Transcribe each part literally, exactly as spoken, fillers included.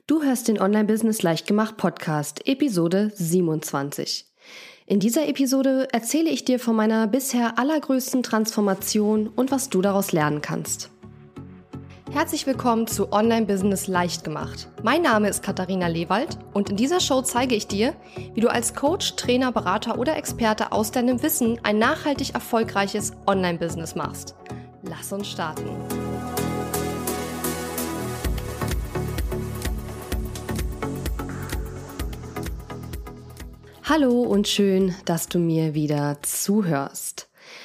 Du hörst den Online-Business leicht gemacht Podcast, Episode siebenundzwanzig. In dieser Episode erzähle ich dir von meiner bisher allergrößten Transformation und was du daraus lernen kannst. Herzlich willkommen zu Online-Business leicht gemacht. Mein Name ist Katharina Lewald und in dieser Show zeige ich dir, wie du als Coach, Trainer, Berater oder Experte aus deinem Wissen ein nachhaltig erfolgreiches Online-Business machst. Lass uns starten. Hallo und schön, dass du mir wieder zuhörst.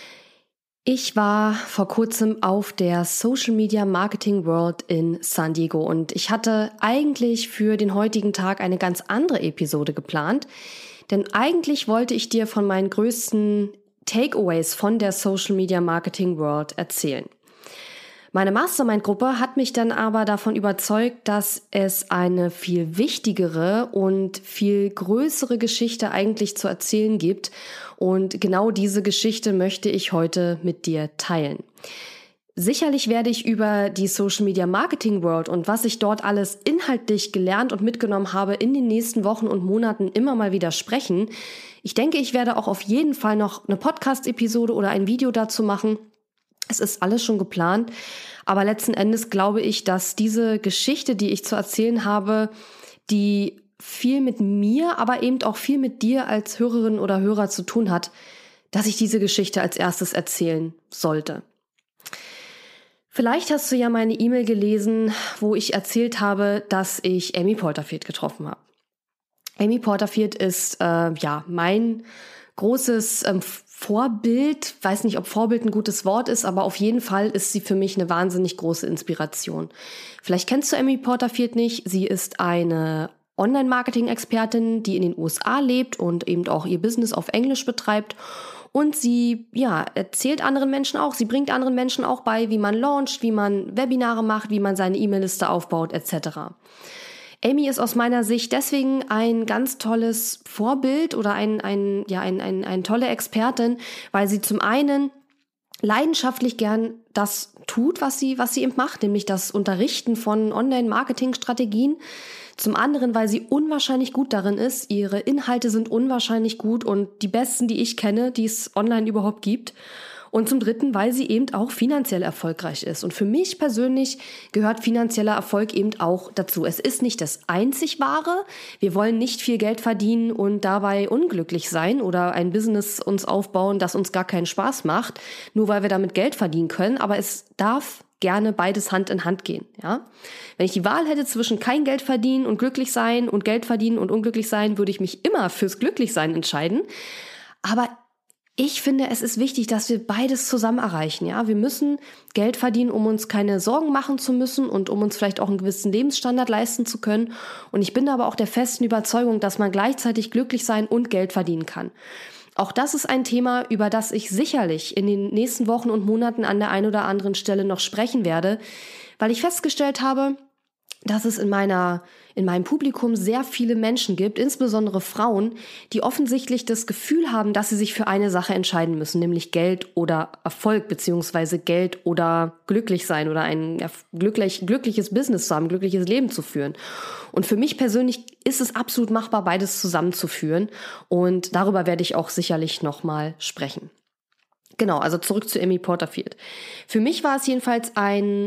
Ich war vor kurzem auf der Social Media Marketing World in San Diego und ich hatte eigentlich für den heutigen Tag eine ganz andere Episode geplant, denn eigentlich wollte ich dir von meinen größten Takeaways von der Social Media Marketing World erzählen. Meine Mastermind-Gruppe hat mich dann aber davon überzeugt, dass es eine viel wichtigere und viel größere Geschichte eigentlich zu erzählen gibt. Und genau diese Geschichte möchte ich heute mit dir teilen. Sicherlich werde ich über die Social Media Marketing World und was ich dort alles inhaltlich gelernt und mitgenommen habe in den nächsten Wochen und Monaten immer mal wieder sprechen. Ich denke, ich werde auch auf jeden Fall noch eine Podcast-Episode oder ein Video dazu machen. Es ist alles schon geplant, aber letzten Endes glaube ich, dass diese Geschichte, die ich zu erzählen habe, die viel mit mir, aber eben auch viel mit dir als Hörerin oder Hörer zu tun hat, dass ich diese Geschichte als erstes erzählen sollte. Vielleicht hast du ja meine E-Mail gelesen, wo ich erzählt habe, dass ich Amy Porterfield getroffen habe. Amy Porterfield ist äh, ja mein großes ähm, Vorbild, weiß nicht, ob Vorbild ein gutes Wort ist, aber auf jeden Fall ist sie für mich eine wahnsinnig große Inspiration. Vielleicht kennst du Amy Porterfield nicht. Sie ist eine Online-Marketing-Expertin, die in den U S A lebt und eben auch ihr Business auf Englisch betreibt. Und sie ja, erzählt anderen Menschen auch, sie bringt anderen Menschen auch bei, wie man launcht, wie man Webinare macht, wie man seine E-Mail-Liste aufbaut et cetera. Amy ist aus meiner Sicht deswegen ein ganz tolles Vorbild oder ein, ein, ja, ein, ein, ein tolle Expertin, weil sie zum einen leidenschaftlich gern das tut, was sie, was sie eben macht, nämlich das Unterrichten von Online-Marketing-Strategien. Zum anderen, weil sie unwahrscheinlich gut darin ist. Ihre Inhalte sind unwahrscheinlich gut und die besten, die ich kenne, die es online überhaupt gibt. Und zum Dritten, weil sie eben auch finanziell erfolgreich ist. Und für mich persönlich gehört finanzieller Erfolg eben auch dazu. Es ist nicht das einzig Wahre. Wir wollen nicht viel Geld verdienen und dabei unglücklich sein oder ein Business uns aufbauen, das uns gar keinen Spaß macht, nur weil wir damit Geld verdienen können. Aber es darf gerne beides Hand in Hand gehen. Ja? Wenn ich die Wahl hätte zwischen kein Geld verdienen und glücklich sein und Geld verdienen und unglücklich sein, würde ich mich immer fürs Glücklichsein entscheiden. Aber ich finde, es ist wichtig, dass wir beides zusammen erreichen. Ja, wir müssen Geld verdienen, um uns keine Sorgen machen zu müssen und um uns vielleicht auch einen gewissen Lebensstandard leisten zu können. Und ich bin aber auch der festen Überzeugung, dass man gleichzeitig glücklich sein und Geld verdienen kann. Auch das ist ein Thema, über das ich sicherlich in den nächsten Wochen und Monaten an der einen oder anderen Stelle noch sprechen werde, weil ich festgestellt habe, dass es in meiner, in meinem Publikum sehr viele Menschen gibt, insbesondere Frauen, die offensichtlich das Gefühl haben, dass sie sich für eine Sache entscheiden müssen, nämlich Geld oder Erfolg, beziehungsweise Geld oder glücklich sein oder ein ja, glücklich, glückliches Business zu haben, glückliches Leben zu führen. Und für mich persönlich ist es absolut machbar, beides zusammenzuführen. Und darüber werde ich auch sicherlich nochmal sprechen. Genau, also zurück zu Amy Porterfield. Für mich war es jedenfalls ein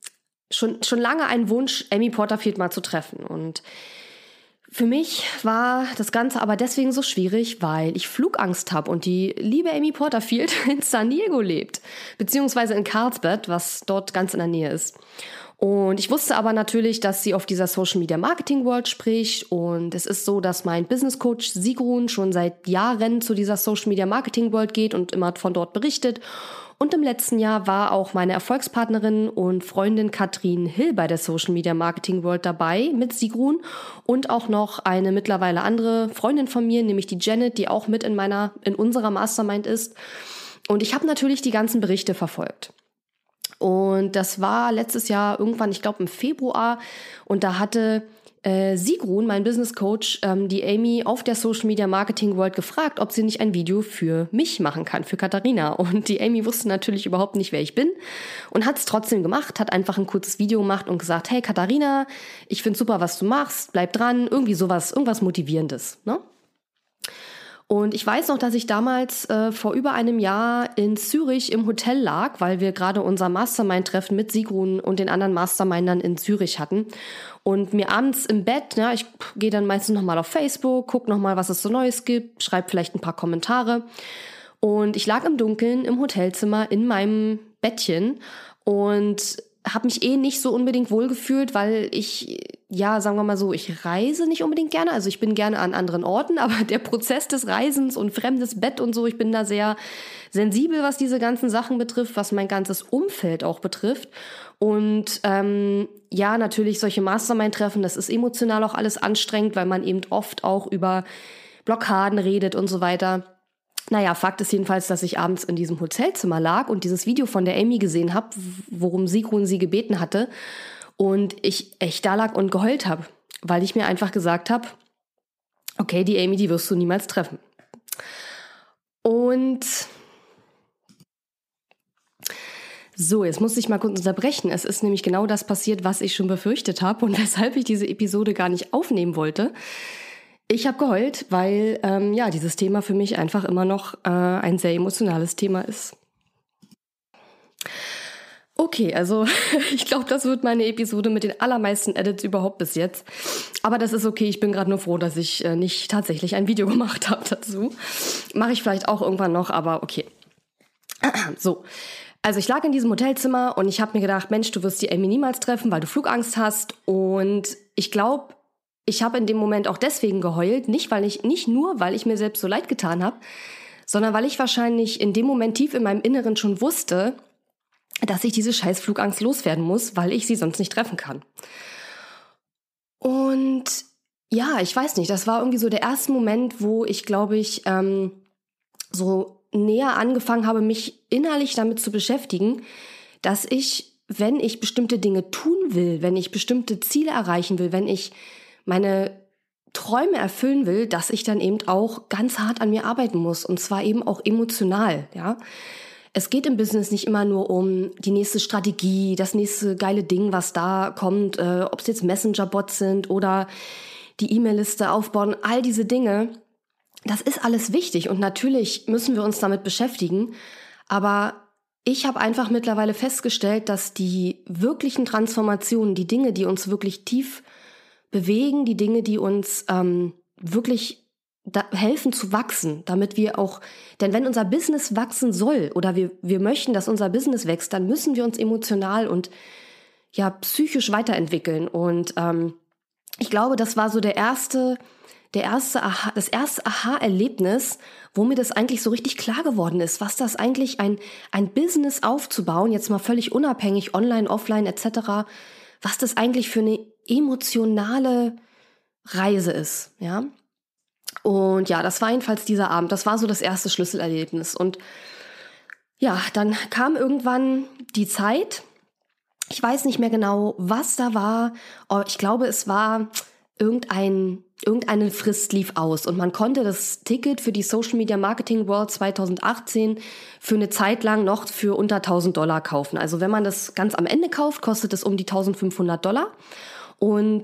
Schon, schon lange ein Wunsch, Amy Porterfield mal zu treffen. Und für mich war das Ganze aber deswegen so schwierig, weil ich Flugangst habe und die liebe Amy Porterfield in San Diego lebt, beziehungsweise in Carlsbad, was dort ganz in der Nähe ist. Und ich wusste aber natürlich, dass sie auf dieser Social Media Marketing World spricht. Und es ist so, dass mein Business Coach Sigrun schon seit Jahren zu dieser Social Media Marketing World geht und immer von dort berichtet. Und im letzten Jahr war auch meine Erfolgspartnerin und Freundin Katrin Hill bei der Social Media Marketing World dabei mit Sigrun und auch noch eine mittlerweile andere Freundin von mir, nämlich die Janet, die auch mit in meiner, in unserer Mastermind ist. Und ich habe natürlich die ganzen Berichte verfolgt. Und das war letztes Jahr irgendwann, ich glaube im Februar, und da hatte äh, Sigrun, mein Business Coach, ähm, die Amy auf der Social Media Marketing World gefragt, ob sie nicht ein Video für mich machen kann, für Katharina. Und die Amy wusste natürlich überhaupt nicht, wer ich bin und hat es trotzdem gemacht, hat einfach ein kurzes Video gemacht und gesagt, hey Katharina, ich finde super, was du machst, bleib dran, irgendwie sowas, irgendwas Motivierendes, ne? Und ich weiß noch, dass ich damals äh, vor über einem Jahr in Zürich im Hotel lag, weil wir gerade unser Mastermind-Treffen mit Sigrun und den anderen Mastermindern in Zürich hatten. Und mir abends im Bett, ja, ich gehe dann meistens nochmal auf Facebook, gucke nochmal, was es so Neues gibt, schreibe vielleicht ein paar Kommentare. Und ich lag im Dunkeln im Hotelzimmer in meinem Bettchen und habe mich eh nicht so unbedingt wohlgefühlt, weil ich, ja, sagen wir mal so, ich reise nicht unbedingt gerne. Also ich bin gerne an anderen Orten, aber der Prozess des Reisens und fremdes Bett und so, ich bin da sehr sensibel, was diese ganzen Sachen betrifft, was mein ganzes Umfeld auch betrifft. Und ähm, ja, natürlich solche Mastermind-Treffen, das ist emotional auch alles anstrengend, weil man eben oft auch über Blockaden redet und so weiter. Naja, Fakt ist jedenfalls, dass ich abends in diesem Hotelzimmer lag und dieses Video von der Amy gesehen habe, worum Sigrun sie gebeten hatte. Und ich echt da lag und geheult habe, weil ich mir einfach gesagt habe, okay, die Amy, die wirst du niemals treffen. Und so, jetzt muss ich mal kurz unterbrechen. Es ist nämlich genau das passiert, was ich schon befürchtet habe und weshalb ich diese Episode gar nicht aufnehmen wollte. Ich habe geheult, weil ähm, ja dieses Thema für mich einfach immer noch äh, ein sehr emotionales Thema ist. Okay, also ich glaube, das wird meine Episode mit den allermeisten Edits überhaupt bis jetzt. Aber das ist okay, ich bin gerade nur froh, dass ich äh, nicht tatsächlich ein Video gemacht habe dazu. Mache ich vielleicht auch irgendwann noch, aber okay. So, also ich lag in diesem Hotelzimmer und ich habe mir gedacht, Mensch, du wirst die Amy niemals treffen, weil du Flugangst hast. Und ich glaube, ich habe in dem Moment auch deswegen geheult, nicht weil ich nicht nur, weil ich mir selbst so leid getan habe, sondern weil ich wahrscheinlich in dem Moment tief in meinem Inneren schon wusste, dass ich diese scheiß Flugangst loswerden muss, weil ich sie sonst nicht treffen kann. Und ja, ich weiß nicht, das war irgendwie so der erste Moment, wo ich, glaube ich, ähm, so näher angefangen habe, mich innerlich damit zu beschäftigen, dass ich, wenn ich bestimmte Dinge tun will, wenn ich bestimmte Ziele erreichen will, wenn ich meine Träume erfüllen will, dass ich dann eben auch ganz hart an mir arbeiten muss und zwar eben auch emotional, ja. Es geht im Business nicht immer nur um die nächste Strategie, das nächste geile Ding, was da kommt, äh, ob es jetzt Messenger-Bots sind oder die E-Mail-Liste aufbauen, all diese Dinge. Das ist alles wichtig und natürlich müssen wir uns damit beschäftigen, aber ich habe einfach mittlerweile festgestellt, dass die wirklichen Transformationen, die Dinge, die uns wirklich tief bewegen, die Dinge, die uns ähm, wirklich da helfen zu wachsen, damit wir auch, denn wenn unser Business wachsen soll oder wir, wir möchten, dass unser Business wächst, dann müssen wir uns emotional und ja psychisch weiterentwickeln. Und ähm, ich glaube, das war so der erste, der erste Aha, das erste Aha-Erlebnis, wo mir das eigentlich so richtig klar geworden ist, was das eigentlich ein, ein Business aufzubauen, jetzt mal völlig unabhängig, online, offline et cetera, was das eigentlich für eine emotionale Reise ist, ja. Und ja, das war jedenfalls dieser Abend. Das war so das erste Schlüsselerlebnis. Und ja, dann kam irgendwann die Zeit. Ich weiß nicht mehr genau, was da war. Oh, ich glaube, es war irgendein, irgendeine Frist lief aus. Und man konnte das Ticket für die Social Media Marketing World zwanzig achtzehn für eine Zeit lang noch für unter tausend Dollar kaufen. Also wenn man das ganz am Ende kauft, kostet es um die eintausendfünfhundert Dollar. Und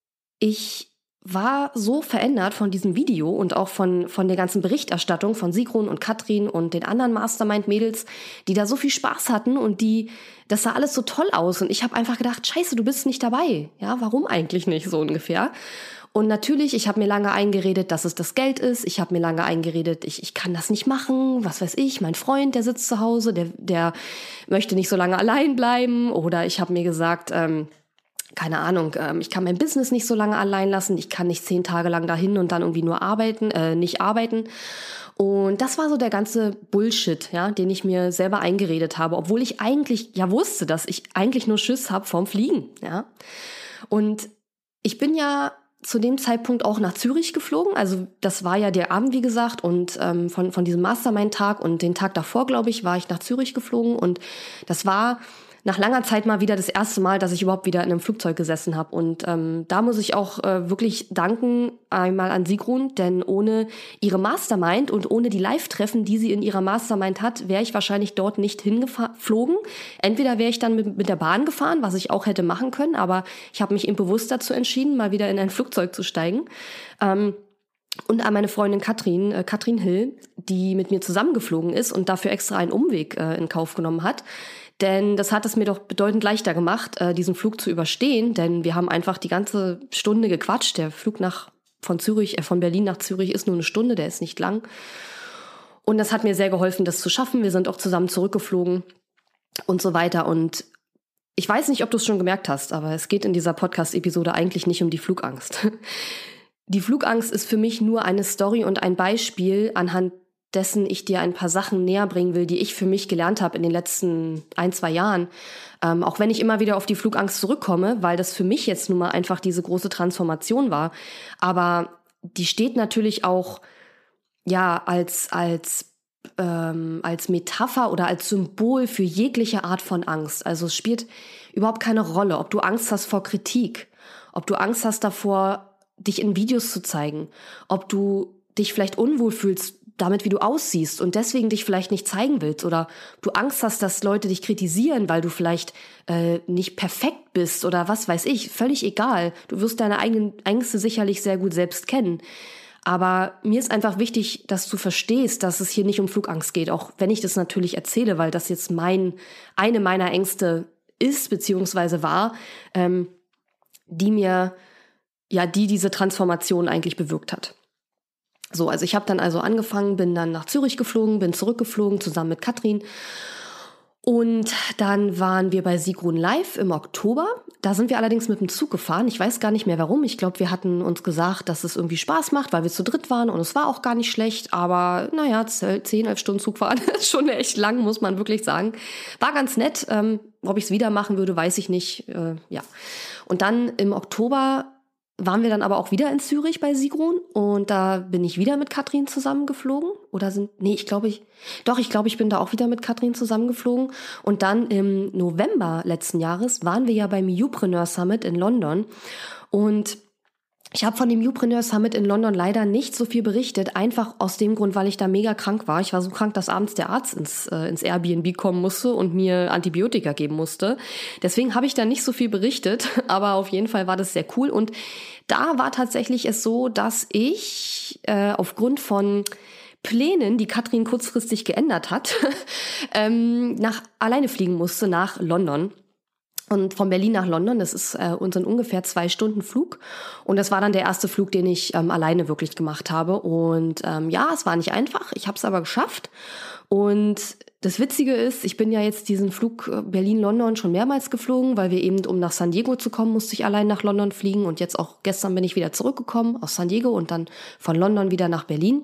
ich war so verändert von diesem Video und auch von von der ganzen Berichterstattung von Sigrun und Katrin und den anderen Mastermind-Mädels, die da so viel Spaß hatten und die, das sah alles so toll aus. Und ich habe einfach gedacht, scheiße, du bist nicht dabei. Ja, warum eigentlich nicht, so ungefähr. Und natürlich, ich habe mir lange eingeredet, dass es das Geld ist. Ich habe mir lange eingeredet, ich, ich kann das nicht machen. Was weiß ich, mein Freund, der sitzt zu Hause, der, der möchte nicht so lange allein bleiben. Oder ich habe mir gesagt, ähm, keine Ahnung, ähm, ich kann mein Business nicht so lange allein lassen, ich kann nicht zehn Tage lang dahin und dann irgendwie nur arbeiten, äh, nicht arbeiten. Und das war so der ganze Bullshit, ja, den ich mir selber eingeredet habe, obwohl ich eigentlich ja wusste, dass ich eigentlich nur Schiss habe vorm Fliegen, ja. Und ich bin ja zu dem Zeitpunkt auch nach Zürich geflogen, also das war ja der Abend, wie gesagt, und ähm, von von diesem Mastermind-Tag und den Tag davor, glaube ich, war ich nach Zürich geflogen und das war nach langer Zeit mal wieder das erste Mal, dass ich überhaupt wieder in einem Flugzeug gesessen habe. Und ähm, da muss ich auch äh, wirklich danken einmal an Sigrun, denn ohne ihre Mastermind und ohne die Live-Treffen, die sie in ihrer Mastermind hat, wäre ich wahrscheinlich dort nicht hingeflogen. Entweder wäre ich dann mit, mit der Bahn gefahren, was ich auch hätte machen können, aber ich habe mich eben bewusst dazu entschieden, mal wieder in ein Flugzeug zu steigen. Ähm, Und an meine Freundin Katrin, äh, Katrin Hill, die mit mir zusammengeflogen ist und dafür extra einen Umweg äh, in Kauf genommen hat. Denn das hat es mir doch bedeutend leichter gemacht, äh, diesen Flug zu überstehen. Denn wir haben einfach die ganze Stunde gequatscht. Der Flug nach von Zürich, äh, von Berlin nach Zürich ist nur eine Stunde, der ist nicht lang. Und das hat mir sehr geholfen, das zu schaffen. Wir sind auch zusammen zurückgeflogen und so weiter. Und ich weiß nicht, ob du es schon gemerkt hast, aber es geht in dieser Podcast-Episode eigentlich nicht um die Flugangst. Die Flugangst ist für mich nur eine Story und ein Beispiel, anhand dessen ich dir ein paar Sachen näher bringen will, die ich für mich gelernt habe in den letzten ein, zwei Jahren. Ähm, auch wenn ich immer wieder auf die Flugangst zurückkomme, weil das für mich jetzt nun mal einfach diese große Transformation war. Aber die steht natürlich auch ja als, als, ähm, als Metapher oder als Symbol für jegliche Art von Angst. Also es spielt überhaupt keine Rolle, ob du Angst hast vor Kritik, ob du Angst hast davor, dich in Videos zu zeigen, ob du dich vielleicht unwohl fühlst damit, wie du aussiehst und deswegen dich vielleicht nicht zeigen willst oder du Angst hast, dass Leute dich kritisieren, weil du vielleicht äh, nicht perfekt bist oder was weiß ich, völlig egal. Du wirst deine eigenen Ängste sicherlich sehr gut selbst kennen. Aber mir ist einfach wichtig, dass du verstehst, dass es hier nicht um Flugangst geht, auch wenn ich das natürlich erzähle, weil das jetzt mein eine meiner Ängste ist, beziehungsweise war, ähm, die mir ja, die diese Transformation eigentlich bewirkt hat. So, also ich habe dann also angefangen, bin dann nach Zürich geflogen, bin zurückgeflogen, zusammen mit Katrin. Und dann waren wir bei Sigrun Live im Oktober. Da sind wir allerdings mit dem Zug gefahren. Ich weiß gar nicht mehr warum. Ich glaube, wir hatten uns gesagt, dass es irgendwie Spaß macht, weil wir zu dritt waren und es war auch gar nicht schlecht. Aber naja, zehn, elf Stunden Zug fahren ist schon echt lang, muss man wirklich sagen. War ganz nett. Ähm, ob ich es wieder machen würde, weiß ich nicht. Äh, ja. Und dann im Oktober waren wir dann aber auch wieder in Zürich bei Sigrun und da bin ich wieder mit Katrin zusammengeflogen oder sind, nee, ich glaube ich, doch, ich glaube, ich bin da auch wieder mit Katrin zusammengeflogen und dann im November letzten Jahres waren wir ja beim Youpreneur Summit in London und ich habe von dem Youpreneur Summit in London leider nicht so viel berichtet, einfach aus dem Grund, weil ich da mega krank war. Ich war so krank, dass abends der Arzt ins, äh, ins Airbnb kommen musste und mir Antibiotika geben musste. Deswegen habe ich da nicht so viel berichtet, aber auf jeden Fall war das sehr cool. Und da war tatsächlich es so, dass ich äh, aufgrund von Plänen, die Katrin kurzfristig geändert hat, ähm, nach alleine fliegen musste nach London. Und von Berlin nach London, das ist äh, uns ein ungefähr zwei Stunden Flug. Und das war dann der erste Flug, den ich ähm, alleine wirklich gemacht habe. Und ähm, ja, es war nicht einfach. Ich habe es aber geschafft. Und das Witzige ist, ich bin ja jetzt diesen Flug Berlin-London schon mehrmals geflogen, weil wir eben, um nach San Diego zu kommen, musste ich allein nach London fliegen. Und jetzt auch gestern bin ich wieder zurückgekommen aus San Diego und dann von London wieder nach Berlin.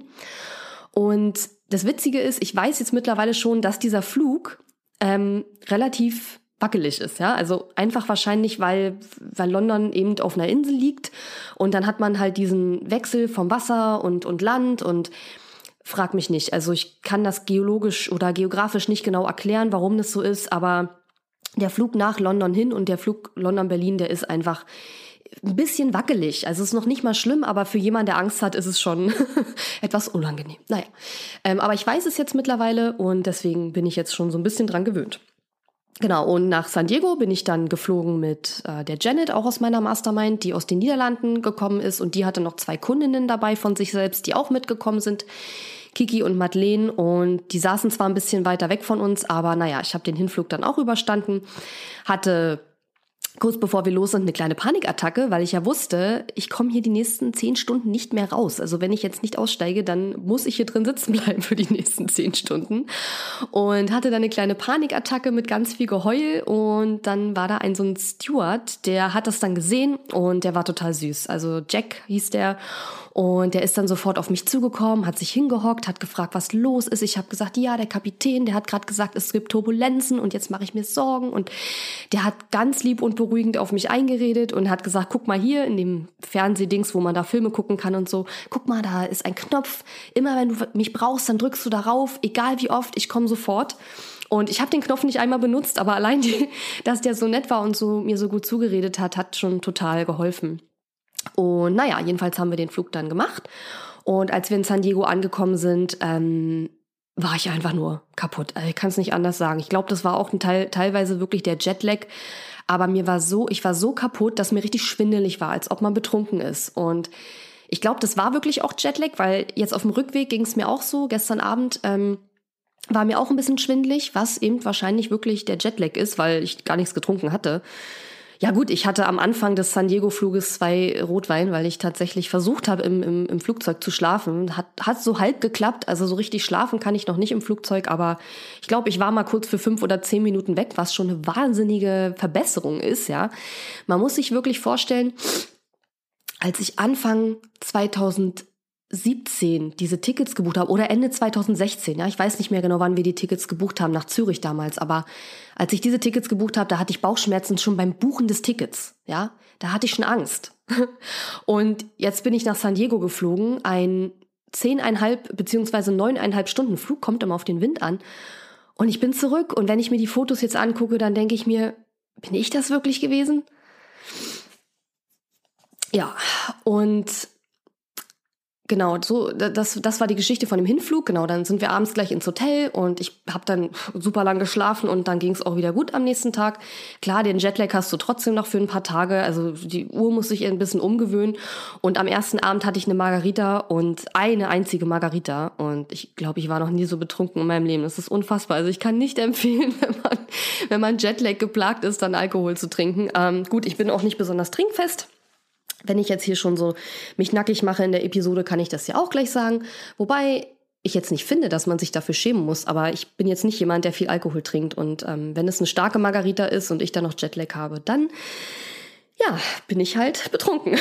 Und das Witzige ist, ich weiß jetzt mittlerweile schon, dass dieser Flug ähm, relativ wackelig ist, ja, also einfach wahrscheinlich, weil, weil London eben auf einer Insel liegt und dann hat man halt diesen Wechsel vom Wasser und, und Land und frag mich nicht, also ich kann das geologisch oder geografisch nicht genau erklären, warum das so ist, aber der Flug nach London hin und der Flug London-Berlin, der ist einfach ein bisschen wackelig, also es ist noch nicht mal schlimm, aber für jemanden, der Angst hat, ist es schon etwas unangenehm. Naja, ähm, aber ich weiß es jetzt mittlerweile und deswegen bin ich jetzt schon so ein bisschen dran gewöhnt. Genau, und nach San Diego bin ich dann geflogen mit äh, der Janet, auch aus meiner Mastermind, die aus den Niederlanden gekommen ist und die hatte noch zwei Kundinnen dabei von sich selbst, die auch mitgekommen sind, Kiki und Madeleine, und die saßen zwar ein bisschen weiter weg von uns, aber naja, ich habe den Hinflug dann auch überstanden, hatte kurz bevor wir los sind eine kleine Panikattacke, weil ich ja wusste, ich komme hier die nächsten zehn Stunden nicht mehr raus. Also wenn ich jetzt nicht aussteige, dann muss ich hier drin sitzen bleiben für die nächsten zehn Stunden. Und hatte dann eine kleine Panikattacke mit ganz viel Geheul. Und dann war da ein so ein Steward, der hat das dann gesehen und der war total süß. Also Jack hieß der. Und der ist dann sofort auf mich zugekommen, hat sich hingehockt, hat gefragt, was los ist. Ich habe gesagt, ja, der Kapitän, der hat gerade gesagt, es gibt Turbulenzen und jetzt mache ich mir Sorgen. Und der hat ganz lieb und beruhigend auf mich eingeredet und hat gesagt, guck mal hier, in dem Fernsehdings, wo man da Filme gucken kann und so. Guck mal, da ist ein Knopf. Immer wenn du mich brauchst, dann drückst du darauf, egal wie oft, ich komme sofort. Und ich habe den Knopf nicht einmal benutzt, aber allein, die, dass der so nett war und so mir so gut zugeredet hat, hat schon total geholfen. Und naja, jedenfalls haben wir den Flug dann gemacht. Und als wir in San Diego angekommen sind, ähm, war ich einfach nur kaputt. Also ich kann es nicht anders sagen. Ich glaube, das war auch ein Teil, teilweise wirklich der Jetlag. Aber mir war so, ich war so kaputt, dass mir richtig schwindelig war, als ob man betrunken ist. Und ich glaube, das war wirklich auch Jetlag, weil jetzt auf dem Rückweg ging es mir auch so. Gestern Abend ähm, war mir auch ein bisschen schwindelig, was eben wahrscheinlich wirklich der Jetlag ist, weil ich gar nichts getrunken hatte. Ja gut, ich hatte am Anfang des San Diego-Fluges zwei Rotwein, weil ich tatsächlich versucht habe, im, im, im Flugzeug zu schlafen. Hat, hat so halb geklappt, also so richtig schlafen kann ich noch nicht im Flugzeug, aber ich glaube, ich war mal kurz für fünf oder zehn Minuten weg, was schon eine wahnsinnige Verbesserung ist, ja. Man muss sich wirklich vorstellen, als ich Anfang zweitausendsiebzehn diese Tickets gebucht habe, oder Ende zweitausendsechzehn, ja, ich weiß nicht mehr genau, wann wir die Tickets gebucht haben, nach Zürich damals, aber als ich diese Tickets gebucht habe, da hatte ich Bauchschmerzen schon beim Buchen des Tickets, ja, da hatte ich schon Angst. Und jetzt bin ich nach San Diego geflogen, ein zehneinhalb beziehungsweise neuneinhalb Stunden Flug, kommt immer auf den Wind an, und ich bin zurück, und wenn ich mir die Fotos jetzt angucke, dann denke ich mir, bin ich das wirklich gewesen? Ja, und genau, so das, das war die Geschichte von dem Hinflug. Genau, dann sind wir abends gleich ins Hotel und ich habe dann super lang geschlafen und dann ging es auch wieder gut am nächsten Tag. Klar, den Jetlag hast du trotzdem noch für ein paar Tage, also die Uhr muss sich ein bisschen umgewöhnen. Und am ersten Abend hatte ich eine Margarita und eine einzige Margarita und ich glaube, ich war noch nie so betrunken in meinem Leben. Das ist unfassbar. Also ich kann nicht empfehlen, wenn man, wenn man Jetlag geplagt ist, dann Alkohol zu trinken. Ähm, gut, ich bin auch nicht besonders trinkfest. Wenn ich jetzt hier schon so mich nackig mache in der Episode, kann ich das ja auch gleich sagen. Wobei ich jetzt nicht finde, dass man sich dafür schämen muss. Aber ich bin jetzt nicht jemand, der viel Alkohol trinkt. Und ähm, wenn es eine starke Margarita ist und ich dann noch Jetlag habe, dann, ja, bin ich halt betrunken.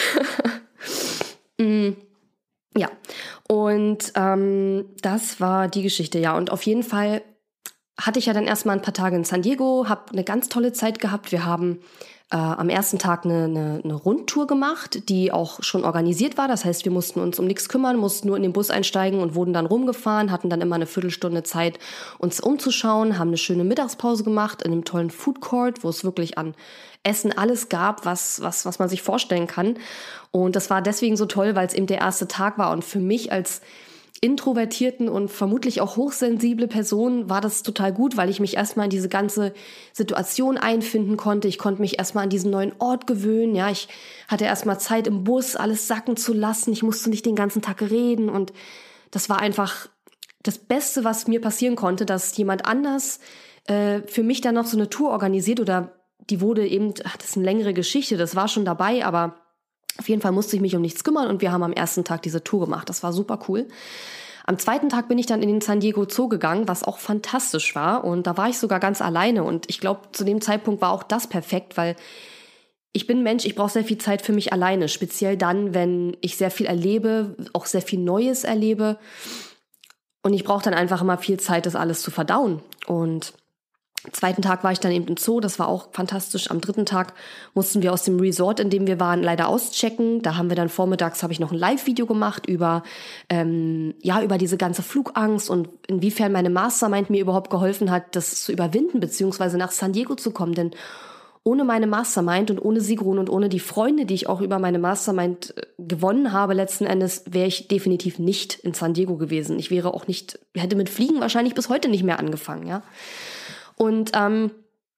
mm, ja, und ähm, das war die Geschichte. Ja, und auf jeden Fall hatte ich ja dann erstmal ein paar Tage in San Diego, habe eine ganz tolle Zeit gehabt. Wir haben Äh, am ersten Tag eine, eine, eine Rundtour gemacht, die auch schon organisiert war. Das heißt, wir mussten uns um nichts kümmern, mussten nur in den Bus einsteigen und wurden dann rumgefahren, hatten dann immer eine Viertelstunde Zeit, uns umzuschauen, haben eine schöne Mittagspause gemacht in einem tollen Food Court, wo es wirklich an Essen alles gab, was, was, was man sich vorstellen kann. Und das war deswegen so toll, weil es eben der erste Tag war. Und für mich als introvertierten und vermutlich auch hochsensible Person war das total gut, weil ich mich erstmal in diese ganze Situation einfinden konnte. Ich konnte mich erstmal an diesen neuen Ort gewöhnen. Ja, ich hatte erstmal Zeit im Bus, alles sacken zu lassen. Ich musste nicht den ganzen Tag reden und das war einfach das Beste, was mir passieren konnte, dass jemand anders äh, für mich dann noch so eine Tour organisiert oder die wurde eben, ach, das ist eine längere Geschichte, das war schon dabei, aber auf jeden Fall musste ich mich um nichts kümmern und wir haben am ersten Tag diese Tour gemacht. Das war super cool. Am zweiten Tag bin ich dann in den San Diego Zoo gegangen, was auch fantastisch war. Und da war ich sogar ganz alleine. Und ich glaube, zu dem Zeitpunkt war auch das perfekt, weil ich bin ein Mensch, ich brauche sehr viel Zeit für mich alleine. Speziell dann, wenn ich sehr viel erlebe, auch sehr viel Neues erlebe. Und ich brauche dann einfach immer viel Zeit, das alles zu verdauen. Und am zweiten Tag war ich dann eben im Zoo, das war auch fantastisch. Am dritten Tag mussten wir aus dem Resort, in dem wir waren, leider auschecken. Da haben wir dann vormittags, habe ich noch ein Live-Video gemacht über, ähm, ja, über diese ganze Flugangst und inwiefern meine Mastermind mir überhaupt geholfen hat, das zu überwinden, beziehungsweise nach San Diego zu kommen. Denn ohne meine Mastermind und ohne Sigrun und ohne die Freunde, die ich auch über meine Mastermind gewonnen habe, letzten Endes wäre ich definitiv nicht in San Diego gewesen. Ich wäre auch nicht, hätte mit Fliegen wahrscheinlich bis heute nicht mehr angefangen, ja. Und ähm,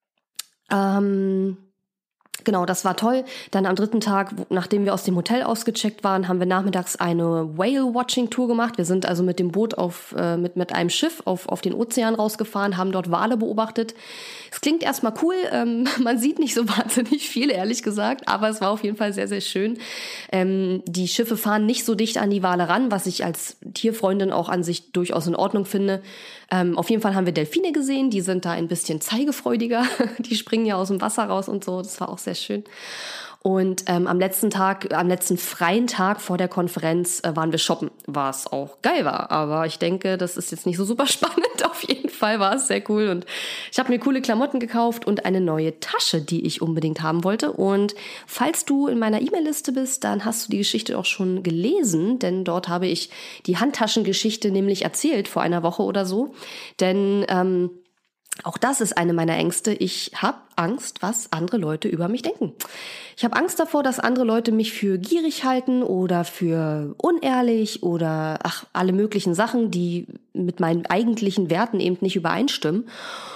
ähm, genau, das war toll. Dann am dritten Tag, nachdem wir aus dem Hotel ausgecheckt waren, haben wir nachmittags eine Whale-Watching-Tour gemacht. Wir sind also mit dem Boot auf äh, mit mit einem Schiff auf auf den Ozean rausgefahren, haben dort Wale beobachtet. Es klingt erstmal cool, ähm, man sieht nicht so wahnsinnig viel, ehrlich gesagt, aber es war auf jeden Fall sehr, sehr schön. Ähm, die Schiffe fahren nicht so dicht an die Wale ran, was ich als Tierfreundin auch an sich durchaus in Ordnung finde. Ähm, auf jeden Fall haben wir Delfine gesehen, die sind da ein bisschen zeigefreudiger, die springen ja aus dem Wasser raus und so, das war auch sehr schön. Und ähm, am letzten Tag, am letzten freien Tag vor der Konferenz äh, waren wir shoppen, was auch geil war. Aber ich denke, das ist jetzt nicht so super spannend. Auf jeden Fall war es sehr cool. Und ich habe mir coole Klamotten gekauft und eine neue Tasche, die ich unbedingt haben wollte. Und falls du in meiner E-Mail-Liste bist, dann hast du die Geschichte auch schon gelesen, denn dort habe ich die Handtaschengeschichte nämlich erzählt vor einer Woche oder so. Denn ähm, auch das ist eine meiner Ängste. Ich habe Angst, was andere Leute über mich denken. Ich habe Angst davor, dass andere Leute mich für gierig halten oder für unehrlich oder ach, alle möglichen Sachen, die mit meinen eigentlichen Werten eben nicht übereinstimmen.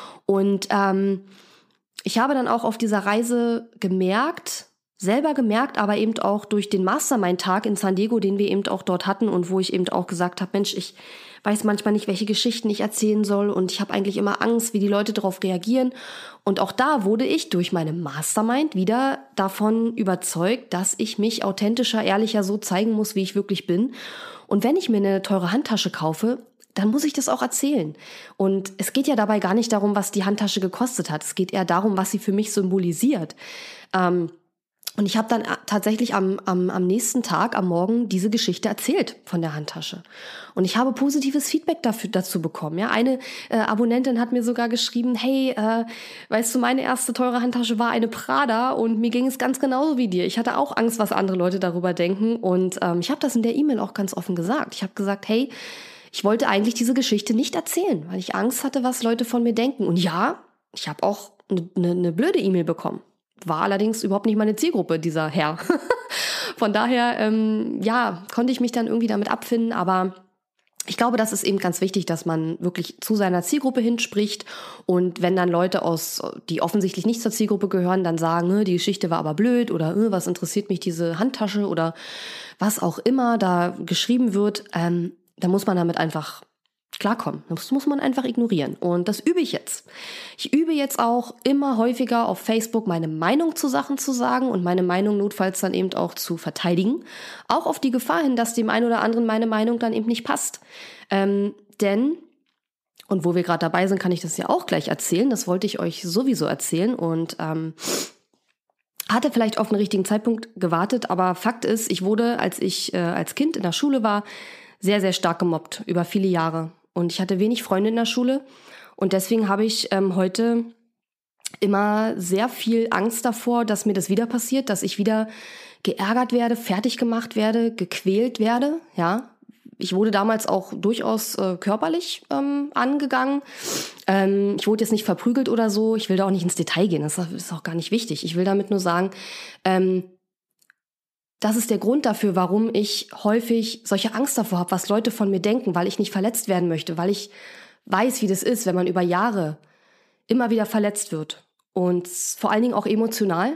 Und ähm, ich habe dann auch auf dieser Reise gemerkt, selber gemerkt, aber eben auch durch den Mastermind-Tag in San Diego, den wir eben auch dort hatten und wo ich eben auch gesagt habe, Mensch, ich weiß manchmal nicht, welche Geschichten ich erzählen soll und ich habe eigentlich immer Angst, wie die Leute darauf reagieren. Und auch da wurde ich durch meine Mastermind wieder davon überzeugt, dass ich mich authentischer, ehrlicher so zeigen muss, wie ich wirklich bin. Und wenn ich mir eine teure Handtasche kaufe, dann muss ich das auch erzählen. Und es geht ja dabei gar nicht darum, was die Handtasche gekostet hat. Es geht eher darum, was sie für mich symbolisiert. Ähm, Und ich habe dann tatsächlich am, am, am nächsten Tag, am Morgen, diese Geschichte erzählt von der Handtasche. Und ich habe positives Feedback dafür, dazu bekommen. Ja, eine äh, Abonnentin hat mir sogar geschrieben, hey, äh, weißt du, meine erste teure Handtasche war eine Prada und mir ging es ganz genauso wie dir. Ich hatte auch Angst, was andere Leute darüber denken. Und ähm, ich habe das in der E-Mail auch ganz offen gesagt. Ich habe gesagt, hey, ich wollte eigentlich diese Geschichte nicht erzählen, weil ich Angst hatte, was Leute von mir denken. Und ja, ich habe auch eine ne, ne blöde E-Mail bekommen. War allerdings überhaupt nicht meine Zielgruppe, dieser Herr. Von daher, ähm, ja, konnte ich mich dann irgendwie damit abfinden. Aber ich glaube, das ist eben ganz wichtig, dass man wirklich zu seiner Zielgruppe hinspricht. Und wenn dann Leute aus, die offensichtlich nicht zur Zielgruppe gehören, dann sagen, die Geschichte war aber blöd oder was interessiert mich diese Handtasche oder was auch immer da geschrieben wird, ähm, dann muss man damit einfach klarkommen. Das muss man einfach ignorieren. Und das übe ich jetzt. Ich übe jetzt auch immer häufiger auf Facebook meine Meinung zu Sachen zu sagen und meine Meinung notfalls dann eben auch zu verteidigen. Auch auf die Gefahr hin, dass dem einen oder anderen meine Meinung dann eben nicht passt. Ähm, denn, und wo wir gerade dabei sind, kann ich das ja auch gleich erzählen. Das wollte ich euch sowieso erzählen und ähm, hatte vielleicht auf den richtigen Zeitpunkt gewartet. Aber Fakt ist, ich wurde, als ich äh, als Kind in der Schule war, sehr, sehr stark gemobbt über viele Jahre. Und ich hatte wenig Freunde in der Schule und deswegen habe ich ähm, heute immer sehr viel Angst davor, dass mir das wieder passiert, dass ich wieder geärgert werde, fertig gemacht werde, gequält werde. Ja, ich wurde damals auch durchaus äh, körperlich ähm, angegangen. Ähm, ich wurde jetzt nicht verprügelt oder so. Ich will da auch nicht ins Detail gehen. Das ist auch gar nicht wichtig. Ich will damit nur sagen, ähm, das ist der Grund dafür, warum ich häufig solche Angst davor habe, was Leute von mir denken, weil ich nicht verletzt werden möchte, weil ich weiß, wie das ist, wenn man über Jahre immer wieder verletzt wird und vor allen Dingen auch emotional.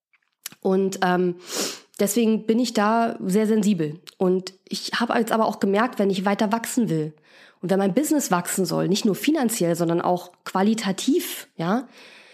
Und ähm, deswegen bin ich da sehr sensibel. Und ich habe jetzt aber auch gemerkt, wenn ich weiter wachsen will und wenn mein Business wachsen soll, nicht nur finanziell, sondern auch qualitativ, ja,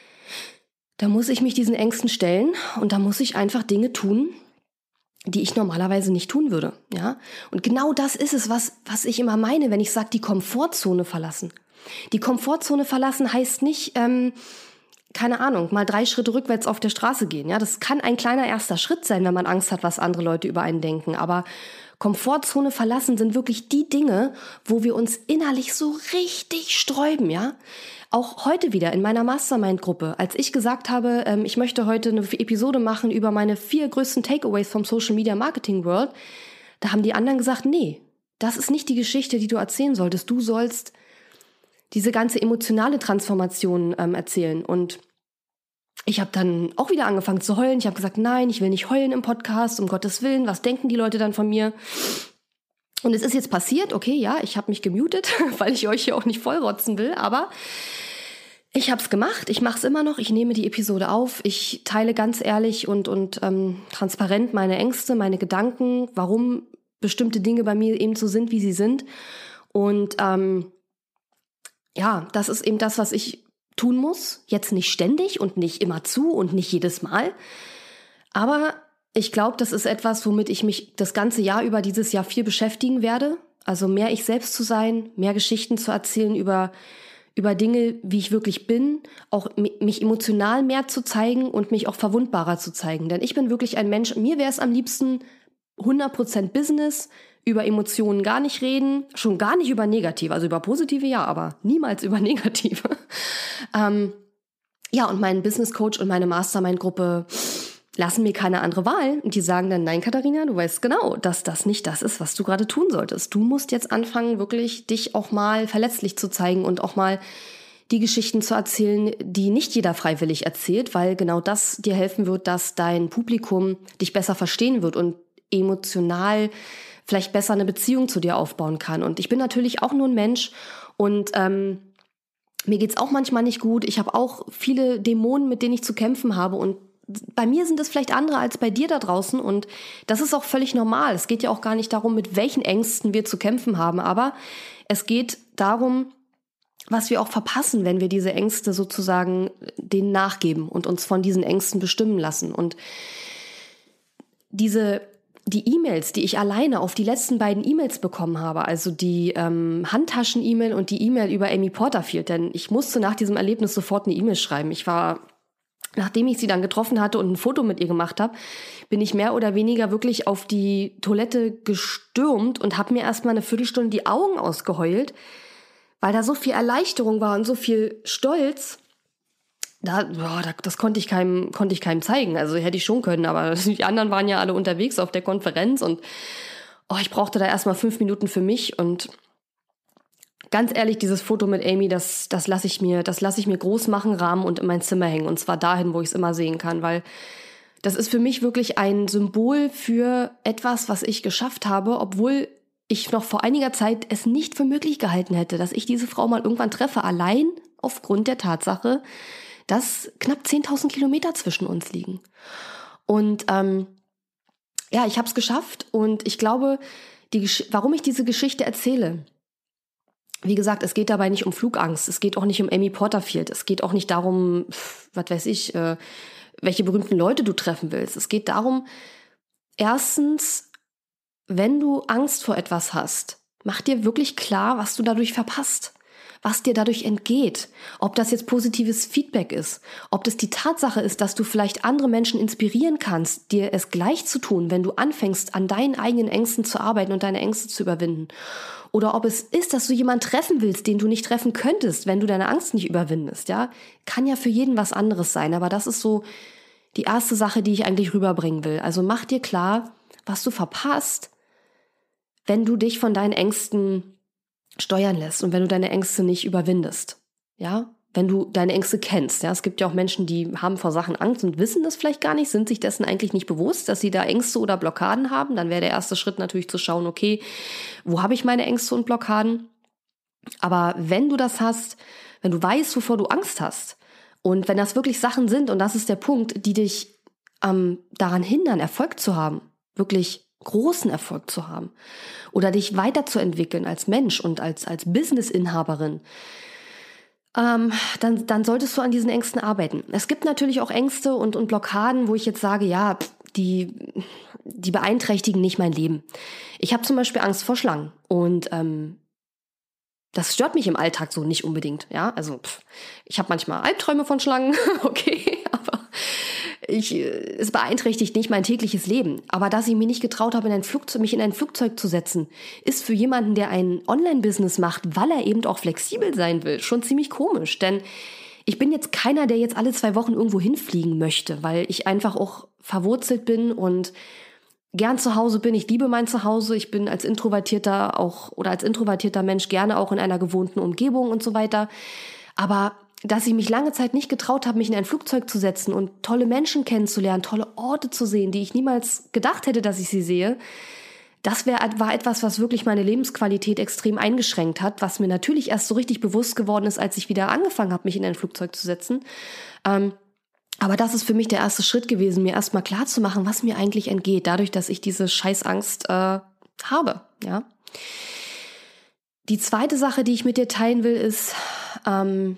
da muss ich mich diesen Ängsten stellen und da muss ich einfach Dinge tun, die ich normalerweise nicht tun würde, ja. Und genau das ist es, was, was ich immer meine, wenn ich sage, die Komfortzone verlassen. Die Komfortzone verlassen heißt nicht, ähm, keine Ahnung, mal drei Schritte rückwärts auf der Straße gehen, ja. Das kann ein kleiner erster Schritt sein, wenn man Angst hat, was andere Leute über einen denken. Aber Komfortzone verlassen sind wirklich die Dinge, wo wir uns innerlich so richtig sträuben, ja. Auch heute wieder in meiner Mastermind-Gruppe, als ich gesagt habe, ähm, ich möchte heute eine Episode machen über meine vier größten Takeaways vom Social Media Marketing World, da haben die anderen gesagt, nee, das ist nicht die Geschichte, die du erzählen solltest. Du sollst diese ganze emotionale Transformation ähm, erzählen. Und ich habe dann auch wieder angefangen zu heulen. Ich habe gesagt, nein, ich will nicht heulen im Podcast, um Gottes Willen. Was denken die Leute dann von mir? Und es ist jetzt passiert, okay, ja, ich habe mich gemutet, weil ich euch hier auch nicht vollrotzen will, aber ich habe es gemacht, ich mache es immer noch, ich nehme die Episode auf, ich teile ganz ehrlich und, und ähm, transparent meine Ängste, meine Gedanken, warum bestimmte Dinge bei mir eben so sind, wie sie sind. Und ähm, ja, das ist eben das, was ich tun muss, jetzt nicht ständig und nicht immer zu und nicht jedes Mal, aber ich glaube, das ist etwas, womit ich mich das ganze Jahr über dieses Jahr viel beschäftigen werde. Also mehr ich selbst zu sein, mehr Geschichten zu erzählen über, über Dinge, wie ich wirklich bin, auch mich emotional mehr zu zeigen und mich auch verwundbarer zu zeigen. Denn ich bin wirklich ein Mensch, mir wäre es am liebsten hundert Prozent Business, über Emotionen gar nicht reden, schon gar nicht über negative, also über positive ja, aber niemals über negative. ähm, ja, und mein Business Coach und meine Mastermind-Gruppe lassen mir keine andere Wahl. Und die sagen dann, nein, Katharina, du weißt genau, dass das nicht das ist, was du gerade tun solltest. Du musst jetzt anfangen, wirklich dich auch mal verletzlich zu zeigen und auch mal die Geschichten zu erzählen, die nicht jeder freiwillig erzählt, weil genau das dir helfen wird, dass dein Publikum dich besser verstehen wird und emotional vielleicht besser eine Beziehung zu dir aufbauen kann. Und ich bin natürlich auch nur ein Mensch und ähm, mir geht's auch manchmal nicht gut. Ich habe auch viele Dämonen, mit denen ich zu kämpfen habe und bei mir sind es vielleicht andere als bei dir da draußen und das ist auch völlig normal. Es geht ja auch gar nicht darum, mit welchen Ängsten wir zu kämpfen haben, aber es geht darum, was wir auch verpassen, wenn wir diese Ängste sozusagen denen nachgeben und uns von diesen Ängsten bestimmen lassen. Und diese die E-Mails, die ich alleine auf die letzten beiden E-Mails bekommen habe, also die ähm, Handtaschen-E-Mail und die E-Mail über Amy Porterfield, denn ich musste nach diesem Erlebnis sofort eine E-Mail schreiben. Ich war Nachdem ich sie dann getroffen hatte und ein Foto mit ihr gemacht habe, bin ich mehr oder weniger wirklich auf die Toilette gestürmt und habe mir erstmal eine Viertelstunde die Augen ausgeheult, weil da so viel Erleichterung war und so viel Stolz. Da, boah, das konnte ich keinem, konnte ich keinem zeigen. Also hätte ich schon können, aber die anderen waren ja alle unterwegs auf der Konferenz und oh, ich brauchte da erstmal fünf Minuten für mich und ganz ehrlich, dieses Foto mit Amy, das, das lasse ich mir, das lasse ich mir groß machen, rahmen und in mein Zimmer hängen. Und zwar dahin, wo ich es immer sehen kann, weil das ist für mich wirklich ein Symbol für etwas, was ich geschafft habe, obwohl ich noch vor einiger Zeit es nicht für möglich gehalten hätte, dass ich diese Frau mal irgendwann treffe, allein aufgrund der Tatsache, dass knapp zehntausend Kilometer zwischen uns liegen. Und ähm, ja, ich habe es geschafft und ich glaube, die, warum ich diese Geschichte erzähle, wie gesagt, es geht dabei nicht um Flugangst, es geht auch nicht um Amy Porterfield, es geht auch nicht darum, was weiß ich, äh, welche berühmten Leute du treffen willst. Es geht darum, erstens, wenn du Angst vor etwas hast, mach dir wirklich klar, was du dadurch verpasst, was dir dadurch entgeht, ob das jetzt positives Feedback ist, ob das die Tatsache ist, dass du vielleicht andere Menschen inspirieren kannst, dir es gleich zu tun, wenn du anfängst, an deinen eigenen Ängsten zu arbeiten und deine Ängste zu überwinden. Oder ob es ist, dass du jemanden treffen willst, den du nicht treffen könntest, wenn du deine Angst nicht überwindest, ja. Kann ja für jeden was anderes sein, aber das ist so die erste Sache, die ich eigentlich rüberbringen will. Also mach dir klar, was du verpasst, wenn du dich von deinen Ängsten steuern lässt und wenn du deine Ängste nicht überwindest, ja. Wenn du deine Ängste kennst, ja. Es gibt ja auch Menschen, die haben vor Sachen Angst und wissen das vielleicht gar nicht, sind sich dessen eigentlich nicht bewusst, dass sie da Ängste oder Blockaden haben. Dann wäre der erste Schritt natürlich zu schauen, okay, wo habe ich meine Ängste und Blockaden? Aber wenn du das hast, wenn du weißt, wovor du Angst hast und wenn das wirklich Sachen sind, und das ist der Punkt, die dich ähm, daran hindern, Erfolg zu haben, wirklich großen Erfolg zu haben oder dich weiterzuentwickeln als Mensch und als, als Businessinhaberin, Ähm, dann, dann solltest du an diesen Ängsten arbeiten. Es gibt natürlich auch Ängste und, und Blockaden, wo ich jetzt sage, ja, die, die beeinträchtigen nicht mein Leben. Ich habe zum Beispiel Angst vor Schlangen und ähm, das stört mich im Alltag so nicht unbedingt. Ja, also pff, ich habe manchmal Albträume von Schlangen, okay, aber ich, es beeinträchtigt nicht mein tägliches Leben. Aber dass ich mir nicht getraut habe, in ein Flugzeug, mich in ein Flugzeug zu setzen, ist für jemanden, der ein Online-Business macht, weil er eben auch flexibel sein will, schon ziemlich komisch. Denn ich bin jetzt keiner, der jetzt alle zwei Wochen irgendwo hinfliegen möchte, weil ich einfach auch verwurzelt bin und gern zu Hause bin. Ich liebe mein Zuhause. Ich bin als introvertierter auch oder als introvertierter Mensch gerne auch in einer gewohnten Umgebung und so weiter. Aber dass ich mich lange Zeit nicht getraut habe, mich in ein Flugzeug zu setzen und tolle Menschen kennenzulernen, tolle Orte zu sehen, die ich niemals gedacht hätte, dass ich sie sehe, das wär, war etwas, was wirklich meine Lebensqualität extrem eingeschränkt hat, was mir natürlich erst so richtig bewusst geworden ist, als ich wieder angefangen habe, mich in ein Flugzeug zu setzen. Ähm, aber das ist für mich der erste Schritt gewesen, mir erstmal klar zu machen, was mir eigentlich entgeht, dadurch, dass ich diese Scheißangst äh, habe. Ja. Die zweite Sache, die ich mit dir teilen will, ist, ähm,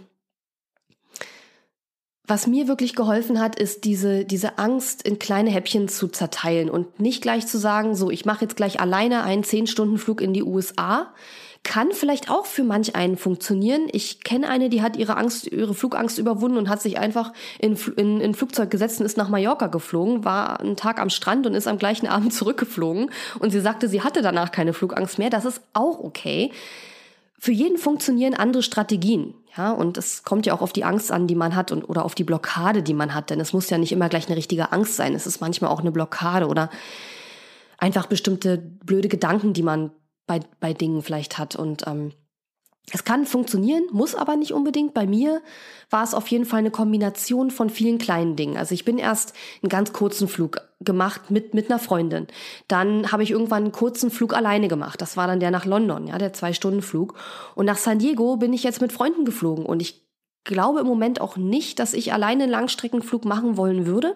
was mir wirklich geholfen hat, ist diese, diese Angst in kleine Häppchen zu zerteilen und nicht gleich zu sagen, so, ich mache jetzt gleich alleine einen zehn Stunden Flug in die U S A, Kann vielleicht auch für manch einen funktionieren. Ich kenne eine, die hat ihre Angst, ihre Flugangst überwunden und hat sich einfach in, in, in ein Flugzeug gesetzt und ist nach Mallorca geflogen, war einen Tag am Strand und ist am gleichen Abend zurückgeflogen. Und sie sagte, sie hatte danach keine Flugangst mehr. Das ist auch okay. Für jeden funktionieren andere Strategien. Ja, und es kommt ja auch auf die Angst an, die man hat und oder auf die Blockade, die man hat. Denn es muss ja nicht immer gleich eine richtige Angst sein. Es ist manchmal auch eine Blockade oder einfach bestimmte blöde Gedanken, die man bei, bei Dingen vielleicht hat. Und ähm, es kann funktionieren, muss aber nicht unbedingt. Bei mir war es auf jeden Fall eine Kombination von vielen kleinen Dingen. Also ich bin erst einen ganz kurzen Flug gemacht mit mit einer Freundin. Dann habe ich irgendwann einen kurzen Flug alleine gemacht. Das war dann der nach London, ja, der Zwei-Stunden-Flug. Und nach San Diego bin ich jetzt mit Freunden geflogen. Und ich glaube im Moment auch nicht, dass ich alleine einen Langstreckenflug machen wollen würde.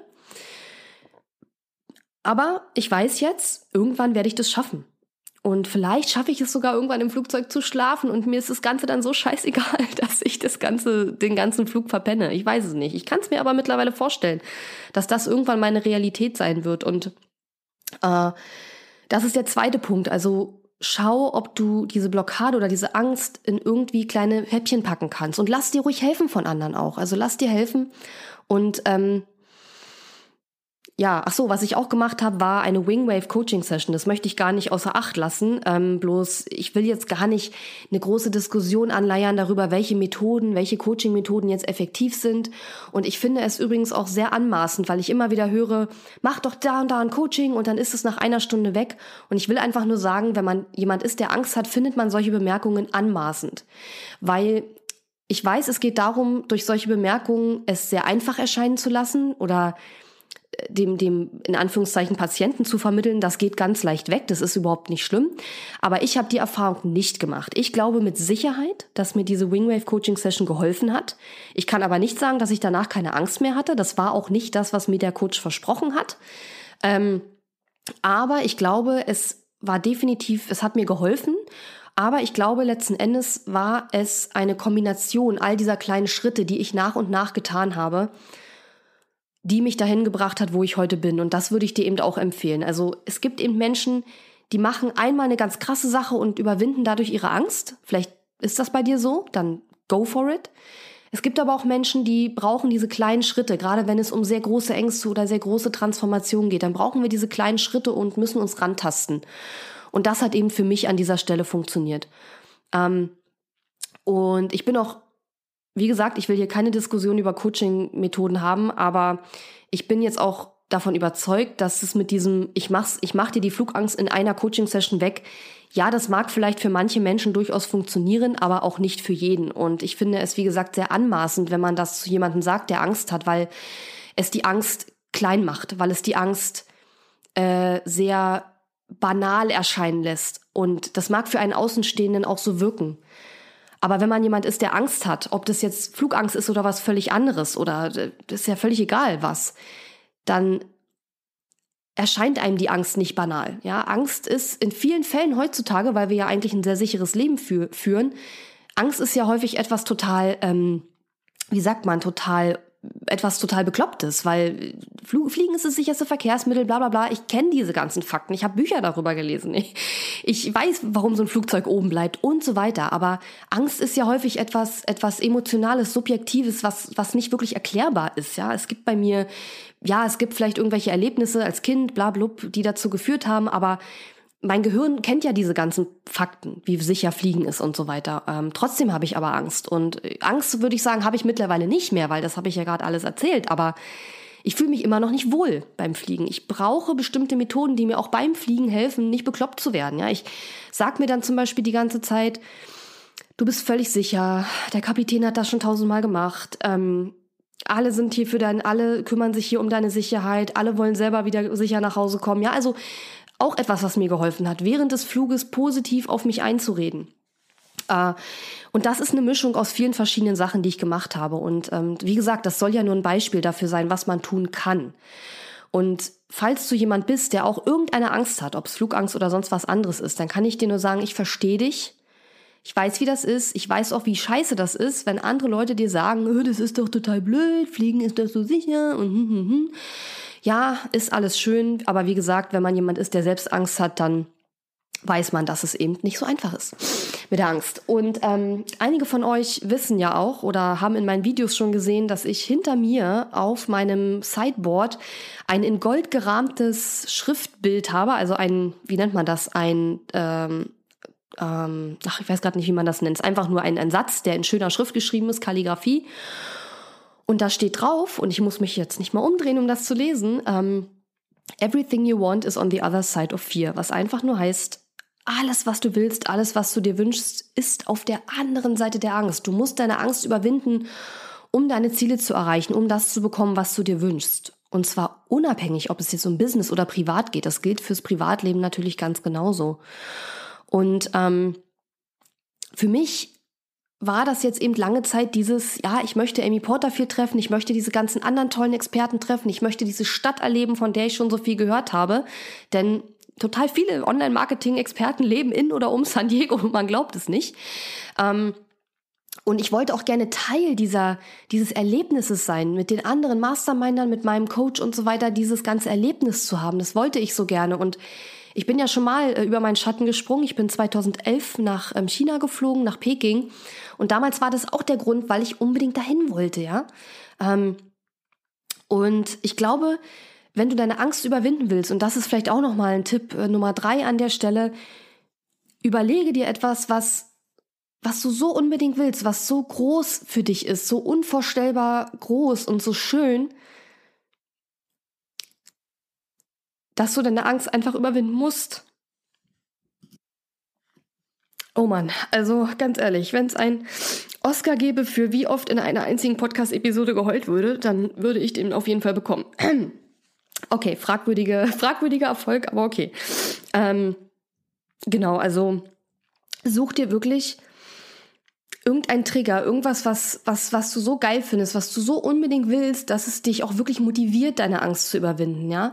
Aber ich weiß jetzt, irgendwann werde ich das schaffen. Und vielleicht schaffe ich es sogar irgendwann im Flugzeug zu schlafen und mir ist das Ganze dann so scheißegal, dass ich das ganze, den ganzen Flug verpenne. Ich weiß es nicht. Ich kann es mir aber mittlerweile vorstellen, dass das irgendwann meine Realität sein wird. Und äh, das ist der zweite Punkt. Also schau, ob du diese Blockade oder diese Angst in irgendwie kleine Häppchen packen kannst. Und lass dir ruhig helfen von anderen auch. Also lass dir helfen und ähm, Ja, ach so, was ich auch gemacht habe, war eine Wingwave Coaching Session. Das möchte ich gar nicht außer Acht lassen. Ähm, bloß, ich will jetzt gar nicht eine große Diskussion anleiern darüber, welche Methoden, welche Coaching-Methoden jetzt effektiv sind. Und ich finde es übrigens auch sehr anmaßend, weil ich immer wieder höre, mach doch da und da ein Coaching und dann ist es nach einer Stunde weg. Und ich will einfach nur sagen, wenn man jemand ist, der Angst hat, findet man solche Bemerkungen anmaßend. Weil ich weiß, es geht darum, durch solche Bemerkungen es sehr einfach erscheinen zu lassen oder dem, dem in Anführungszeichen Patienten zu vermitteln, das geht ganz leicht weg, das ist überhaupt nicht schlimm. Aber ich habe die Erfahrung nicht gemacht. Ich glaube mit Sicherheit, dass mir diese Wingwave Coaching Session geholfen hat. Ich kann aber nicht sagen, dass ich danach keine Angst mehr hatte. Das war auch nicht das, was mir der Coach versprochen hat. Ähm, aber ich glaube, es war definitiv, es hat mir geholfen. Aber ich glaube, letzten Endes war es eine Kombination all dieser kleinen Schritte, die ich nach und nach getan habe, die mich dahin gebracht hat, wo ich heute bin. Und das würde ich dir eben auch empfehlen. Also es gibt eben Menschen, die machen einmal eine ganz krasse Sache und überwinden dadurch ihre Angst. Vielleicht ist das bei dir so, dann go for it. Es gibt aber auch Menschen, die brauchen diese kleinen Schritte, gerade wenn es um sehr große Ängste oder sehr große Transformationen geht. Dann brauchen wir diese kleinen Schritte und müssen uns rantasten. Und das hat eben für mich an dieser Stelle funktioniert. Ähm, und ich bin auch Wie gesagt, ich will hier keine Diskussion über Coaching-Methoden haben, aber ich bin jetzt auch davon überzeugt, dass es mit diesem, ich mach's, ich mach dir die Flugangst in einer Coaching-Session weg, ja, das mag vielleicht für manche Menschen durchaus funktionieren, aber auch nicht für jeden. Und ich finde es, wie gesagt, sehr anmaßend, wenn man das zu jemandem sagt, der Angst hat, weil es die Angst klein macht, weil es die Angst äh, sehr banal erscheinen lässt. Und das mag für einen Außenstehenden auch so wirken. Aber wenn man jemand ist, der Angst hat, ob das jetzt Flugangst ist oder was völlig anderes oder das ist ja völlig egal was, dann erscheint einem die Angst nicht banal. Ja, Angst ist in vielen Fällen heutzutage, weil wir ja eigentlich ein sehr sicheres Leben fü- führen, Angst ist ja häufig etwas total, ähm, wie sagt man, total etwas total Beklopptes, weil Fl- Fliegen ist das sicherste Verkehrsmittel, bla bla bla. Ich kenne diese ganzen Fakten, ich habe Bücher darüber gelesen. Ich, ich weiß, warum so ein Flugzeug oben bleibt und so weiter. Aber Angst ist ja häufig etwas etwas Emotionales, Subjektives, was was nicht wirklich erklärbar ist. Ja, es gibt bei mir, ja, es gibt vielleicht irgendwelche Erlebnisse als Kind, bla blub, die dazu geführt haben, aber mein Gehirn kennt ja diese ganzen Fakten, wie sicher Fliegen ist und so weiter. Ähm, trotzdem habe ich aber Angst. Und Angst, würde ich sagen, habe ich mittlerweile nicht mehr, weil das habe ich ja gerade alles erzählt. Aber ich fühle mich immer noch nicht wohl beim Fliegen. Ich brauche bestimmte Methoden, die mir auch beim Fliegen helfen, nicht bekloppt zu werden. Ja, ich sag mir dann zum Beispiel die ganze Zeit, du bist völlig sicher, der Kapitän hat das schon tausendmal gemacht. Ähm, alle sind hier für dein, alle kümmern sich hier um deine Sicherheit, alle wollen selber wieder sicher nach Hause kommen. Ja, also auch etwas, was mir geholfen hat, während des Fluges positiv auf mich einzureden. Äh, und das ist eine Mischung aus vielen verschiedenen Sachen, die ich gemacht habe. Und ähm, wie gesagt, das soll ja nur ein Beispiel dafür sein, was man tun kann. Und falls du jemand bist, der auch irgendeine Angst hat, ob es Flugangst oder sonst was anderes ist, dann kann ich dir nur sagen, ich verstehe dich. Ich weiß, wie das ist. Ich weiß auch, wie scheiße das ist, wenn andere Leute dir sagen, oh, das ist doch total blöd, Fliegen ist doch so sicher und hm, hm, hm. Ja, ist alles schön, aber wie gesagt, wenn man jemand ist, der selbst Angst hat, dann weiß man, dass es eben nicht so einfach ist mit der Angst. Und ähm, einige von euch wissen ja auch oder haben in meinen Videos schon gesehen, dass ich hinter mir auf meinem Sideboard ein in Gold gerahmtes Schriftbild habe, also ein, wie nennt man das, ein, ähm, ähm, ach, ich weiß gerade nicht, wie man das nennt, es ist einfach nur ein, ein Satz, der in schöner Schrift geschrieben ist, Kalligrafie. Und da steht drauf, und ich muss mich jetzt nicht mal umdrehen, um das zu lesen, ähm, Everything you want is on the other side of fear, was einfach nur heißt, alles, was du willst, alles, was du dir wünschst, ist auf der anderen Seite der Angst. Du musst deine Angst überwinden, um deine Ziele zu erreichen, um das zu bekommen, was du dir wünschst. Und zwar unabhängig, ob es jetzt um Business oder privat geht. Das gilt fürs Privatleben natürlich ganz genauso. Und ähm, für mich war das jetzt eben lange Zeit dieses, ja, ich möchte Amy Porterfield treffen, ich möchte diese ganzen anderen tollen Experten treffen, ich möchte diese Stadt erleben, von der ich schon so viel gehört habe. Denn total viele Online-Marketing-Experten leben in oder um San Diego, man glaubt es nicht. Ähm, und ich wollte auch gerne Teil dieser, dieses Erlebnisses sein, mit den anderen Mastermindern, mit meinem Coach und so weiter, dieses ganze Erlebnis zu haben. Das wollte ich so gerne. Und ich bin ja schon mal äh, über meinen Schatten gesprungen. Ich bin zweitausendelf nach ähm, China geflogen, nach Peking. Und damals war das auch der Grund, weil ich unbedingt dahin wollte, ja. Ähm, und ich glaube, wenn du deine Angst überwinden willst, und das ist vielleicht auch nochmal ein Tipp äh, Nummer drei an der Stelle, überlege dir etwas, was, was du so unbedingt willst, was so groß für dich ist, so unvorstellbar groß und so schön, dass du deine Angst einfach überwinden musst. Oh Mann, also ganz ehrlich, wenn es ein Oscar gäbe für wie oft in einer einzigen Podcast-Episode geheult würde, dann würde ich den auf jeden Fall bekommen. Okay, fragwürdige, fragwürdiger Erfolg, aber okay. Ähm, genau, also such dir wirklich irgendein Trigger, irgendwas, was, was, was du so geil findest, was du so unbedingt willst, dass es dich auch wirklich motiviert, deine Angst zu überwinden, ja.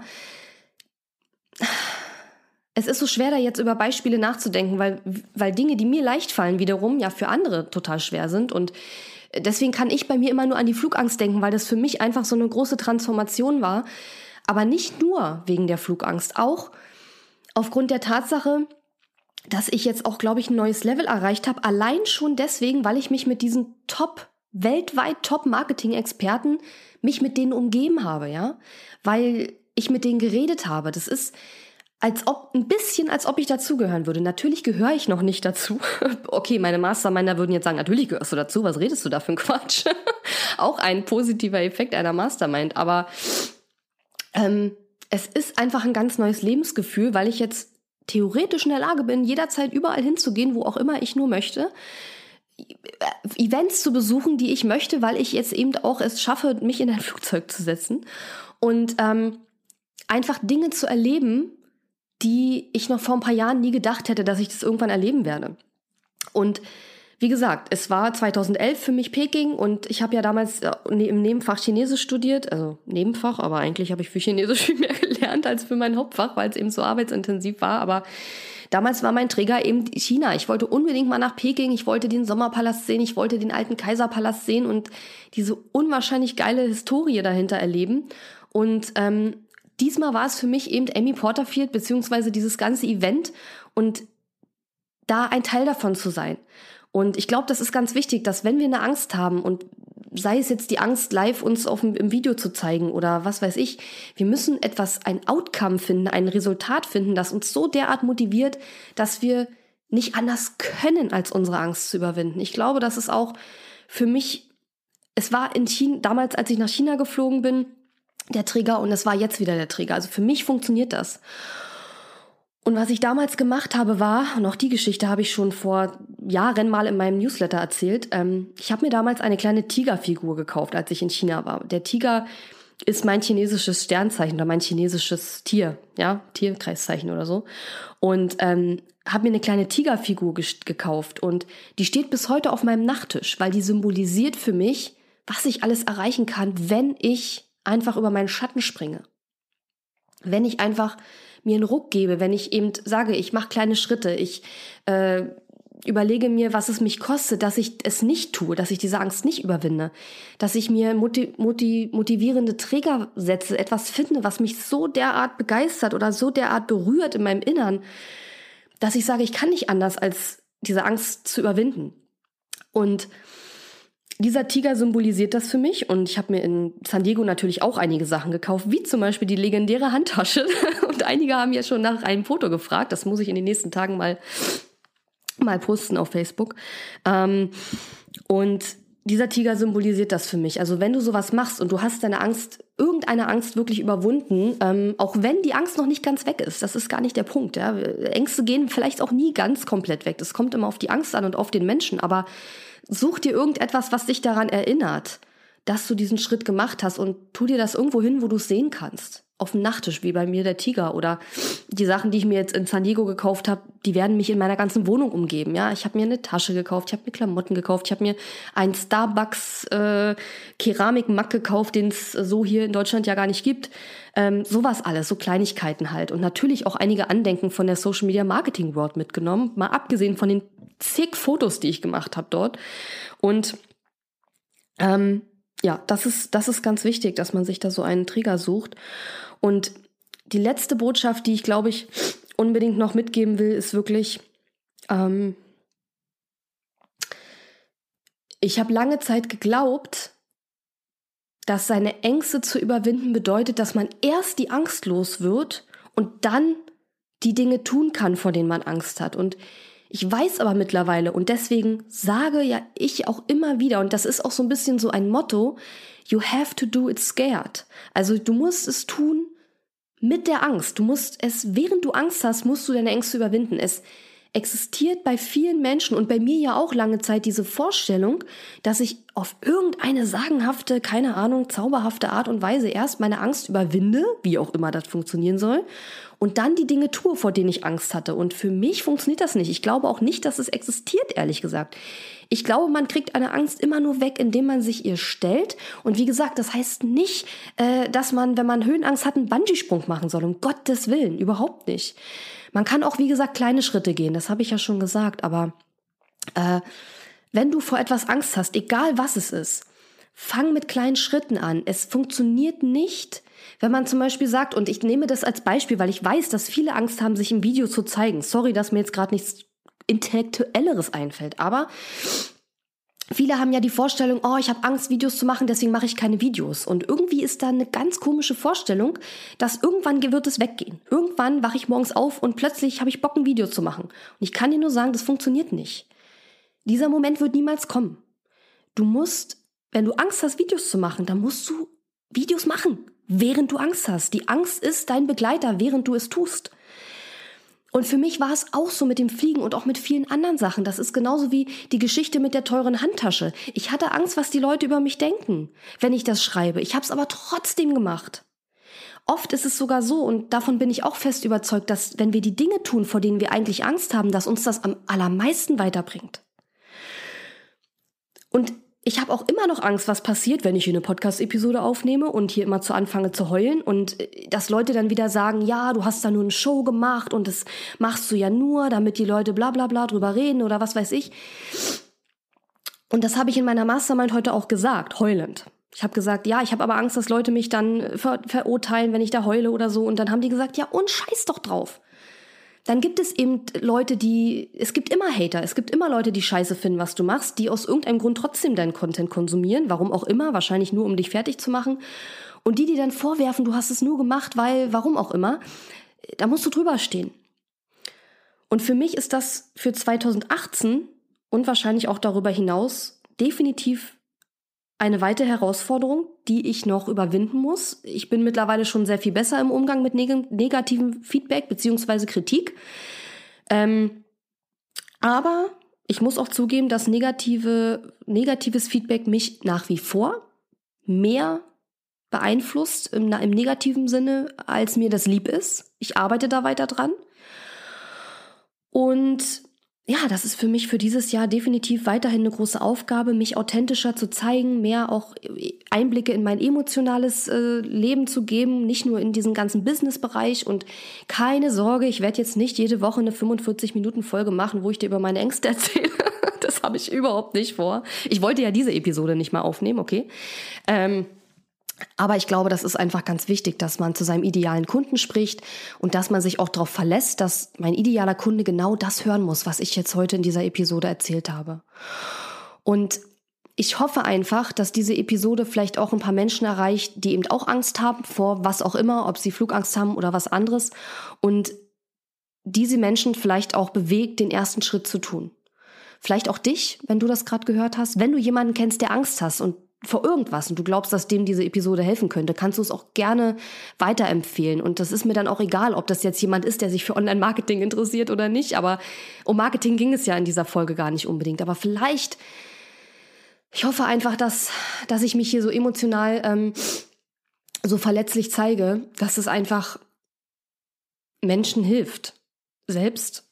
Es ist so schwer, da jetzt über Beispiele nachzudenken, weil, weil Dinge, die mir leicht fallen, wiederum ja für andere total schwer sind. Und deswegen kann ich bei mir immer nur an die Flugangst denken, weil das für mich einfach so eine große Transformation war. Aber nicht nur wegen der Flugangst, auch aufgrund der Tatsache, dass ich jetzt auch, glaube ich, ein neues Level erreicht habe. Allein schon deswegen, weil ich mich mit diesen Top, weltweit Top-Marketing-Experten, mich mit denen umgeben habe, ja, weil ich mit denen geredet habe. Das ist als ob, ein bisschen, als ob ich dazugehören würde. Natürlich gehöre ich noch nicht dazu. Okay, meine Masterminder würden jetzt sagen, natürlich gehörst du dazu. Was redest du da für ein Quatsch? Auch ein positiver Effekt einer Mastermind. Aber ähm, es ist einfach ein ganz neues Lebensgefühl, weil ich jetzt theoretisch in der Lage bin, jederzeit überall hinzugehen, wo auch immer ich nur möchte. Events zu besuchen, die ich möchte, weil ich jetzt eben auch es schaffe, mich in ein Flugzeug zu setzen. Und ähm, einfach Dinge zu erleben, die ich noch vor ein paar Jahren nie gedacht hätte, dass ich das irgendwann erleben werde. Und wie gesagt, es war zweitausendelf für mich Peking und ich habe ja damals im Nebenfach Chinesisch studiert, also Nebenfach, aber eigentlich habe ich für Chinesisch viel mehr gelernt als für mein Hauptfach, weil es eben so arbeitsintensiv war, aber damals war mein Träger eben China. Ich wollte unbedingt mal nach Peking, ich wollte den Sommerpalast sehen, ich wollte den alten Kaiserpalast sehen und diese unwahrscheinlich geile Historie dahinter erleben. Und ähm, diesmal war es für mich eben Amy Porterfield, beziehungsweise dieses ganze Event und da ein Teil davon zu sein. Und ich glaube, das ist ganz wichtig, dass wenn wir eine Angst haben und sei es jetzt die Angst, live uns auf dem, im Video zu zeigen oder was weiß ich, wir müssen etwas, ein Outcome finden, ein Resultat finden, das uns so derart motiviert, dass wir nicht anders können, als unsere Angst zu überwinden. Ich glaube, das ist auch für mich, es war in China, damals, als ich nach China geflogen bin, der Trigger und es war jetzt wieder der Trigger. Also für mich funktioniert das. Und was ich damals gemacht habe war, und auch die Geschichte habe ich schon vor Jahren mal in meinem Newsletter erzählt, ähm, ich habe mir damals eine kleine Tigerfigur gekauft, als ich in China war. Der Tiger ist mein chinesisches Sternzeichen oder mein chinesisches Tier, ja, Tierkreiszeichen oder so. Und ähm, habe mir eine kleine Tigerfigur ge- gekauft und die steht bis heute auf meinem Nachttisch, weil die symbolisiert für mich, was ich alles erreichen kann, wenn ich einfach über meinen Schatten springe. Wenn ich einfach mir einen Ruck gebe, wenn ich eben sage, ich mache kleine Schritte, ich äh, überlege mir, was es mich kostet, dass ich es nicht tue, dass ich diese Angst nicht überwinde, dass ich mir motiv- motiv- motivierende Träger setze, etwas finde, was mich so derart begeistert oder so derart berührt in meinem Innern, dass ich sage, ich kann nicht anders, als diese Angst zu überwinden. Und dieser Tiger symbolisiert das für mich und ich habe mir in San Diego natürlich auch einige Sachen gekauft, wie zum Beispiel die legendäre Handtasche und einige haben ja schon nach einem Foto gefragt, das muss ich in den nächsten Tagen mal, mal posten auf Facebook. Ähm, und dieser Tiger symbolisiert das für mich. Also wenn du sowas machst und du hast deine Angst, irgendeine Angst wirklich überwunden, ähm, auch wenn die Angst noch nicht ganz weg ist, das ist gar nicht der Punkt. Ja? Ängste gehen vielleicht auch nie ganz komplett weg, das kommt immer auf die Angst an und auf den Menschen, aber such dir irgendetwas, was dich daran erinnert, dass du diesen Schritt gemacht hast und tu dir das irgendwo hin, wo du es sehen kannst. Auf dem Nachttisch, wie bei mir der Tiger oder die Sachen, die ich mir jetzt in San Diego gekauft habe, die werden mich in meiner ganzen Wohnung umgeben. Ja, ich habe mir eine Tasche gekauft, ich habe mir Klamotten gekauft, ich habe mir einen Starbucks äh, Keramik-Mack gekauft, den es so hier in Deutschland ja gar nicht gibt. Ähm, sowas alles, so Kleinigkeiten halt. Und natürlich auch einige Andenken von der Social Media Marketing World mitgenommen, mal abgesehen von den zig Fotos, die ich gemacht habe dort. Und ähm, ja, das ist, das ist ganz wichtig, dass man sich da so einen Trigger sucht. Und die letzte Botschaft, die ich, glaube ich, unbedingt noch mitgeben will, ist wirklich, ähm, ich habe lange Zeit geglaubt, dass seine Ängste zu überwinden bedeutet, dass man erst die Angst los wird und dann die Dinge tun kann, vor denen man Angst hat. Und ich weiß aber mittlerweile und deswegen sage ja ich auch immer wieder, und das ist auch so ein bisschen so ein Motto, you have to do it scared. Also du musst es tun mit der Angst. Du musst es, während du Angst hast, musst du deine Ängste überwinden. Es existiert bei vielen Menschen und bei mir ja auch lange Zeit diese Vorstellung, dass ich auf irgendeine sagenhafte, keine Ahnung, zauberhafte Art und Weise erst meine Angst überwinde, wie auch immer das funktionieren soll, und dann die Dinge tue, vor denen ich Angst hatte. Und für mich funktioniert das nicht. Ich glaube auch nicht, dass es existiert, ehrlich gesagt. Ich glaube, man kriegt eine Angst immer nur weg, indem man sich ihr stellt. Und wie gesagt, das heißt nicht, äh, dass man, wenn man Höhenangst hat, einen Bungee-Sprung machen soll. Um Gottes Willen, überhaupt nicht. Man kann auch, wie gesagt, kleine Schritte gehen. Das habe ich ja schon gesagt. Aber äh, wenn du vor etwas Angst hast, egal was es ist, fang mit kleinen Schritten an. Es funktioniert nicht, wenn man zum Beispiel sagt, und ich nehme das als Beispiel, weil ich weiß, dass viele Angst haben, sich im Video zu zeigen. Sorry, dass mir jetzt gerade nichts Intellektuelleres einfällt, aber viele haben ja die Vorstellung, oh, ich habe Angst, Videos zu machen, deswegen mache ich keine Videos. Und irgendwie ist da eine ganz komische Vorstellung, dass irgendwann wird es weggehen. Irgendwann wache ich morgens auf und plötzlich habe ich Bock, ein Video zu machen. Und ich kann dir nur sagen, das funktioniert nicht. Dieser Moment wird niemals kommen. Du musst, wenn du Angst hast, Videos zu machen, dann musst du Videos machen, während du Angst hast. Die Angst ist dein Begleiter, während du es tust. Und für mich war es auch so mit dem Fliegen und auch mit vielen anderen Sachen. Das ist genauso wie die Geschichte mit der teuren Handtasche. Ich hatte Angst, was die Leute über mich denken, wenn ich das schreibe. Ich habe es aber trotzdem gemacht. Oft ist es sogar so, und davon bin ich auch fest überzeugt, dass wenn wir die Dinge tun, vor denen wir eigentlich Angst haben, dass uns das am allermeisten weiterbringt. Und ich habe auch immer noch Angst, was passiert, wenn ich hier eine Podcast-Episode aufnehme und hier immer zu anfange zu heulen und dass Leute dann wieder sagen, ja, du hast da nur eine Show gemacht und das machst du ja nur, damit die Leute bla bla bla drüber reden oder was weiß ich. Und das habe ich in meiner Mastermind heute auch gesagt, heulend. Ich habe gesagt, ja, ich habe aber Angst, dass Leute mich dann ver- verurteilen, wenn ich da heule oder so. Und dann haben die gesagt, ja, und scheiß doch drauf. Dann gibt es eben Leute, die, es gibt immer Hater, es gibt immer Leute, die scheiße finden, was du machst, die aus irgendeinem Grund trotzdem deinen Content konsumieren, warum auch immer, wahrscheinlich nur, um dich fertig zu machen. Und die, die dann vorwerfen, du hast es nur gemacht, weil, warum auch immer, da musst du drüber stehen. Und für mich ist das für zwanzig achtzehn und wahrscheinlich auch darüber hinaus definitiv eine weitere Herausforderung, die ich noch überwinden muss. Ich bin mittlerweile schon sehr viel besser im Umgang mit neg- negativem Feedback beziehungsweise Kritik. Ähm, aber ich muss auch zugeben, dass negative, negatives Feedback mich nach wie vor mehr beeinflusst im, im negativen Sinne, als mir das lieb ist. Ich arbeite da weiter dran. Und ja, das ist für mich für dieses Jahr definitiv weiterhin eine große Aufgabe, mich authentischer zu zeigen, mehr auch Einblicke in mein emotionales äh, Leben zu geben, nicht nur in diesen ganzen Business-Bereich. Und keine Sorge, ich werde jetzt nicht jede Woche eine fünfundvierzig-Minuten-Folge machen, wo ich dir über meine Ängste erzähle. Das habe ich überhaupt nicht vor. Ich wollte ja diese Episode nicht mal aufnehmen, okay? Ähm, Aber ich glaube, das ist einfach ganz wichtig, dass man zu seinem idealen Kunden spricht und dass man sich auch darauf verlässt, dass mein idealer Kunde genau das hören muss, was ich jetzt heute in dieser Episode erzählt habe. Und ich hoffe einfach, dass diese Episode vielleicht auch ein paar Menschen erreicht, die eben auch Angst haben vor was auch immer, ob sie Flugangst haben oder was anderes, und diese Menschen vielleicht auch bewegt, den ersten Schritt zu tun. Vielleicht auch dich, wenn du das gerade gehört hast, wenn du jemanden kennst, der Angst hast und vor irgendwas und du glaubst, dass dem diese Episode helfen könnte, kannst du es auch gerne weiterempfehlen. Und das ist mir dann auch egal, ob das jetzt jemand ist, der sich für Online-Marketing interessiert oder nicht. Aber um Marketing ging es ja in dieser Folge gar nicht unbedingt. Aber vielleicht, ich hoffe einfach, dass, dass ich mich hier so emotional ähm, so verletzlich zeige, dass es einfach Menschen hilft, selbst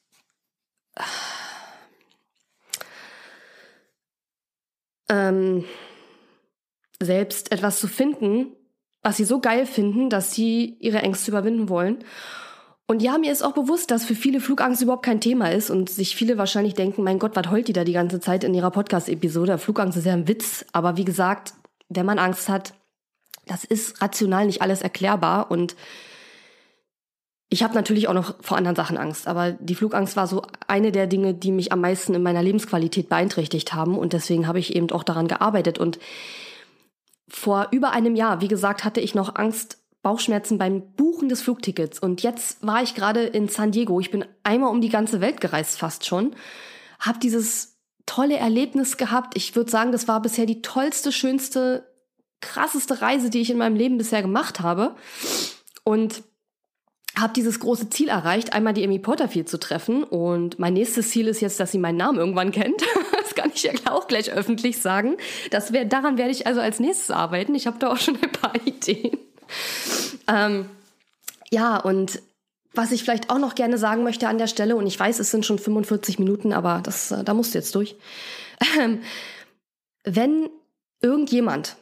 ähm, selbst etwas zu finden, was sie so geil finden, dass sie ihre Ängste überwinden wollen. Und ja, mir ist auch bewusst, dass für viele Flugangst überhaupt kein Thema ist und sich viele wahrscheinlich denken, mein Gott, was heult die da die ganze Zeit in ihrer Podcast-Episode? Flugangst ist ja ein Witz, aber wie gesagt, wenn man Angst hat, das ist rational nicht alles erklärbar, und ich habe natürlich auch noch vor anderen Sachen Angst, aber die Flugangst war so eine der Dinge, die mich am meisten in meiner Lebensqualität beeinträchtigt haben, und deswegen habe ich eben auch daran gearbeitet. Und vor über einem Jahr, wie gesagt, hatte ich noch Angst, Bauchschmerzen beim Buchen des Flugtickets. Und jetzt war ich gerade in San Diego. Ich bin einmal um die ganze Welt gereist, fast schon. Habe dieses tolle Erlebnis gehabt. Ich würde sagen, das war bisher die tollste, schönste, krasseste Reise, die ich in meinem Leben bisher gemacht habe. Und habe dieses große Ziel erreicht, einmal die Amy Porterfield zu treffen. Und mein nächstes Ziel ist jetzt, dass sie meinen Namen irgendwann kennt. Das kann ich ja auch gleich öffentlich sagen. Das wär, daran werde ich also als nächstes arbeiten. Ich habe da auch schon ein paar Ideen. Ähm, ja, und was ich vielleicht auch noch gerne sagen möchte an der Stelle, und ich weiß, es sind schon fünfundvierzig Minuten, aber das, da musst du jetzt durch. Ähm, wenn irgendjemand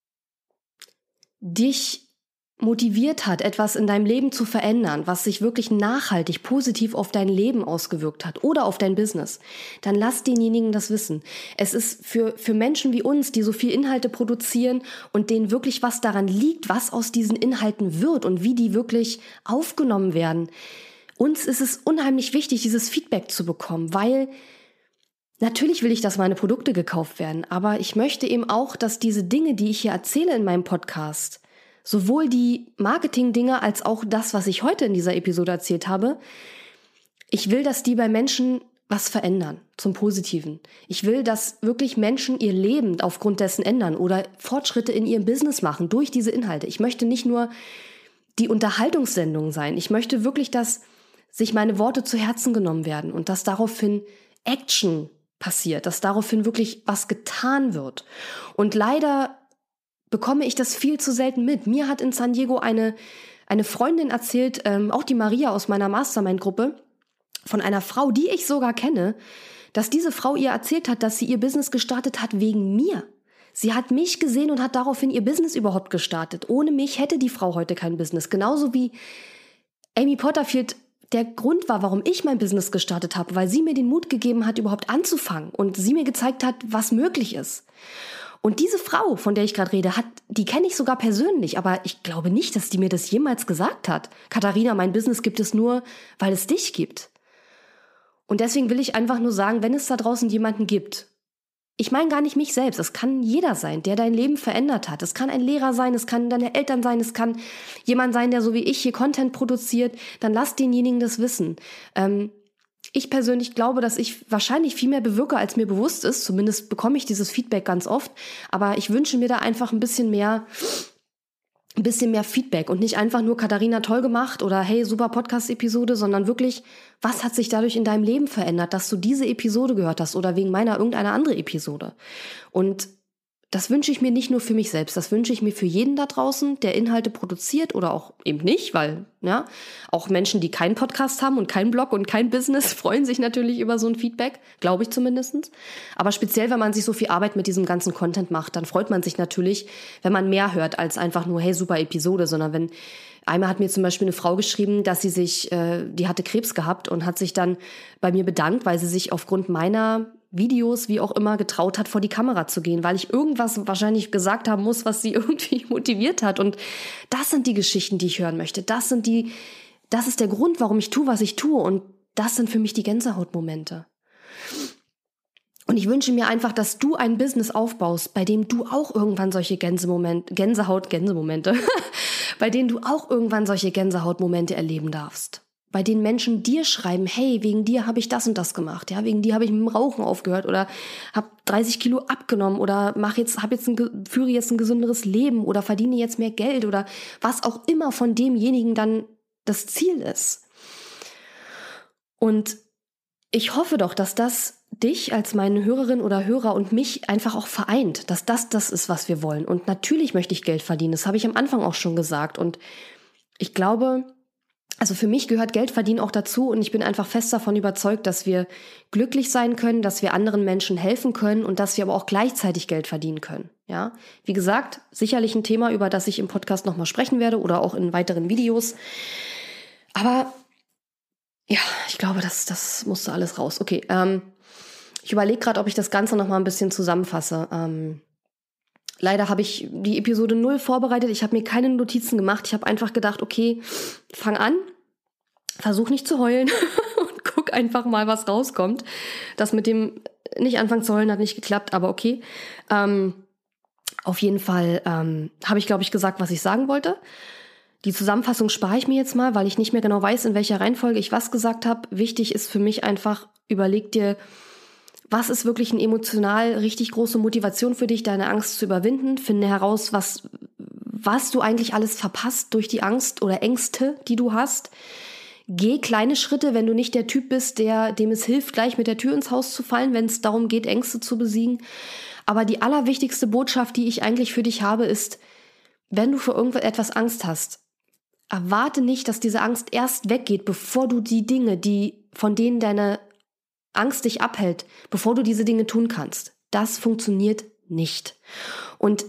dich motiviert hat, etwas in deinem Leben zu verändern, was sich wirklich nachhaltig positiv auf dein Leben ausgewirkt hat oder auf dein Business, dann lass denjenigen das wissen. Es ist für, für Menschen wie uns, die so viel Inhalte produzieren und denen wirklich was daran liegt, was aus diesen Inhalten wird und wie die wirklich aufgenommen werden. Uns ist es unheimlich wichtig, dieses Feedback zu bekommen, weil natürlich will ich, dass meine Produkte gekauft werden, aber ich möchte eben auch, dass diese Dinge, die ich hier erzähle in meinem Podcast, sowohl die Marketing-Dinge als auch das, was ich heute in dieser Episode erzählt habe, ich will, dass die bei Menschen was verändern, zum Positiven. Ich will, dass wirklich Menschen ihr Leben aufgrund dessen ändern oder Fortschritte in ihrem Business machen durch diese Inhalte. Ich möchte nicht nur die Unterhaltungssendung sein. Ich möchte wirklich, dass sich meine Worte zu Herzen genommen werden und dass daraufhin Action passiert, dass daraufhin wirklich was getan wird. Und leider bekomme ich das viel zu selten mit. Mir hat in San Diego eine, eine Freundin erzählt, ähm, auch die Maria aus meiner Mastermind-Gruppe, von einer Frau, die ich sogar kenne, dass diese Frau ihr erzählt hat, dass sie ihr Business gestartet hat wegen mir. Sie hat mich gesehen und hat daraufhin ihr Business überhaupt gestartet. Ohne mich hätte die Frau heute kein Business. Genauso wie Amy Porterfield der Grund war, warum ich mein Business gestartet habe, weil sie mir den Mut gegeben hat, überhaupt anzufangen und sie mir gezeigt hat, was möglich ist. Und diese Frau, von der ich gerade rede, hat, die kenne ich sogar persönlich, aber ich glaube nicht, dass die mir das jemals gesagt hat. Katharina, mein Business gibt es nur, weil es dich gibt. Und deswegen will ich einfach nur sagen, wenn es da draußen jemanden gibt, ich meine gar nicht mich selbst, es kann jeder sein, der dein Leben verändert hat. Es kann ein Lehrer sein, es kann deine Eltern sein, es kann jemand sein, der so wie ich hier Content produziert, dann lass denjenigen das wissen. Ähm, Ich persönlich glaube, dass ich wahrscheinlich viel mehr bewirke, als mir bewusst ist. Zumindest bekomme ich dieses Feedback ganz oft. Aber ich wünsche mir da einfach ein bisschen mehr, ein bisschen mehr Feedback und nicht einfach nur Katharina toll gemacht oder hey, super Podcast-Episode, sondern wirklich, was hat sich dadurch in deinem Leben verändert, dass du diese Episode gehört hast oder wegen meiner irgendeiner andere Episode. Und das wünsche ich mir nicht nur für mich selbst, das wünsche ich mir für jeden da draußen, der Inhalte produziert oder auch eben nicht, weil ja auch Menschen, die keinen Podcast haben und keinen Blog und kein Business, freuen sich natürlich über so ein Feedback, glaube ich zumindest. Aber speziell, wenn man sich so viel Arbeit mit diesem ganzen Content macht, dann freut man sich natürlich, wenn man mehr hört als einfach nur, hey, super Episode, sondern wenn einmal hat mir zum Beispiel eine Frau geschrieben, dass sie sich, äh, die hatte Krebs gehabt und hat sich dann bei mir bedankt, weil sie sich aufgrund meiner Videos, wie auch immer, getraut hat, vor die Kamera zu gehen, weil ich irgendwas wahrscheinlich gesagt haben muss, was sie irgendwie motiviert hat. Und das sind die Geschichten, die ich hören möchte. Das sind die, das ist der Grund, warum ich tue, was ich tue. Und das sind für mich die Gänsehautmomente. Und ich wünsche mir einfach, dass du ein Business aufbaust, bei dem du auch irgendwann solche Gänsemomente, Gänsehaut, Gänsemomente, bei denen du auch irgendwann solche Gänsehautmomente erleben darfst. Bei denen Menschen dir schreiben, hey, wegen dir habe ich das und das gemacht, ja, wegen dir habe ich mit dem Rauchen aufgehört oder habe dreißig Kilo abgenommen oder mach jetzt, hab jetzt ein, führe jetzt ein gesünderes Leben oder verdiene jetzt mehr Geld oder was auch immer von demjenigen dann das Ziel ist. Und ich hoffe doch, dass das dich als meine Hörerin oder Hörer und mich einfach auch vereint, dass das das ist, was wir wollen. Und natürlich möchte ich Geld verdienen, das habe ich am Anfang auch schon gesagt. Und ich glaube, also für mich gehört Geldverdienen auch dazu und ich bin einfach fest davon überzeugt, dass wir glücklich sein können, dass wir anderen Menschen helfen können und dass wir aber auch gleichzeitig Geld verdienen können. Ja, wie gesagt, sicherlich ein Thema, über das ich im Podcast nochmal sprechen werde oder auch in weiteren Videos. Aber ja, ich glaube, das, das musste alles raus. Okay, ähm, ich überlege gerade, ob ich das Ganze nochmal ein bisschen zusammenfasse. Ähm, Leider habe ich die Episode null vorbereitet. Ich habe mir keine Notizen gemacht. Ich habe einfach gedacht, okay, fang an, versuch nicht zu heulen und guck einfach mal, was rauskommt. Das mit dem nicht anfangen zu heulen hat nicht geklappt, aber okay. Ähm, auf jeden Fall ähm, habe ich, glaube ich, gesagt, was ich sagen wollte. Die Zusammenfassung spare ich mir jetzt mal, weil ich nicht mehr genau weiß, in welcher Reihenfolge ich was gesagt habe. Wichtig ist für mich einfach, überleg dir, was ist wirklich eine emotional richtig große Motivation für dich, deine Angst zu überwinden? Finde heraus, was, was du eigentlich alles verpasst durch die Angst oder Ängste, die du hast. Geh kleine Schritte, wenn du nicht der Typ bist, der, dem es hilft, gleich mit der Tür ins Haus zu fallen, wenn es darum geht, Ängste zu besiegen. Aber die allerwichtigste Botschaft, die ich eigentlich für dich habe, ist, wenn du für irgendetwas Angst hast, erwarte nicht, dass diese Angst erst weggeht, bevor du die Dinge, die, von denen deine Angst dich abhält, bevor du diese Dinge tun kannst. Das funktioniert nicht. Und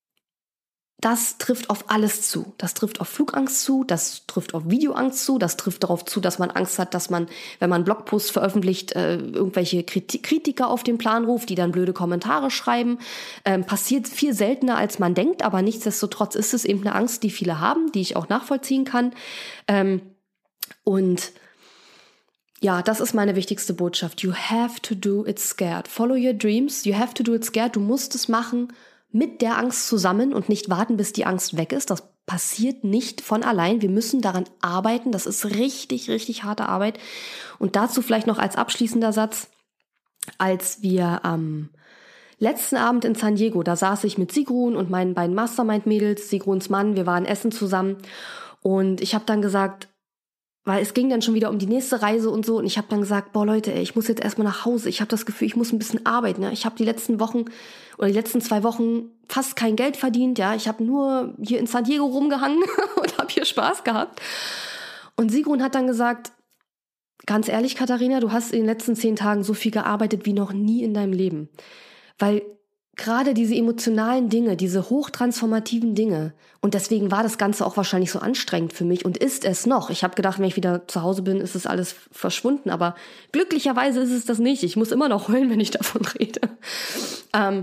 das trifft auf alles zu. Das trifft auf Flugangst zu, das trifft auf Videoangst zu, das trifft darauf zu, dass man Angst hat, dass man, wenn man einen Blogpost veröffentlicht, äh, irgendwelche Kritiker auf den Plan ruft, die dann blöde Kommentare schreiben. Ähm, passiert viel seltener, als man denkt, aber nichtsdestotrotz ist es eben eine Angst, die viele haben, die ich auch nachvollziehen kann. Ähm, und ja, das ist meine wichtigste Botschaft. You have to do it scared. Follow your dreams. You have to do it scared. Du musst es machen mit der Angst zusammen und nicht warten, bis die Angst weg ist. Das passiert nicht von allein. Wir müssen daran arbeiten. Das ist richtig, richtig harte Arbeit. Und dazu vielleicht noch als abschließender Satz, als wir am letzten Abend in San Diego, da saß ich mit Sigrun und meinen beiden Mastermind-Mädels, Sigruns Mann, wir waren essen zusammen und ich habe dann gesagt, weil es ging dann schon wieder um die nächste Reise und so. Und ich habe dann gesagt, boah Leute, ey, ich muss jetzt erstmal nach Hause. Ich habe das Gefühl, ich muss ein bisschen arbeiten. Ja? Ich habe die letzten Wochen oder die letzten zwei Wochen fast kein Geld verdient. Ja, ich habe nur hier in San Diego rumgehangen und habe hier Spaß gehabt. Und Sigrun hat dann gesagt, ganz ehrlich, Katharina, du hast in den letzten zehn Tagen so viel gearbeitet wie noch nie in deinem Leben. Weil gerade diese emotionalen Dinge, diese hochtransformativen Dinge, und deswegen war das Ganze auch wahrscheinlich so anstrengend für mich und ist es noch. Ich habe gedacht, wenn ich wieder zu Hause bin, ist es alles verschwunden, aber glücklicherweise ist es das nicht. Ich muss immer noch heulen, wenn ich davon rede. Ähm,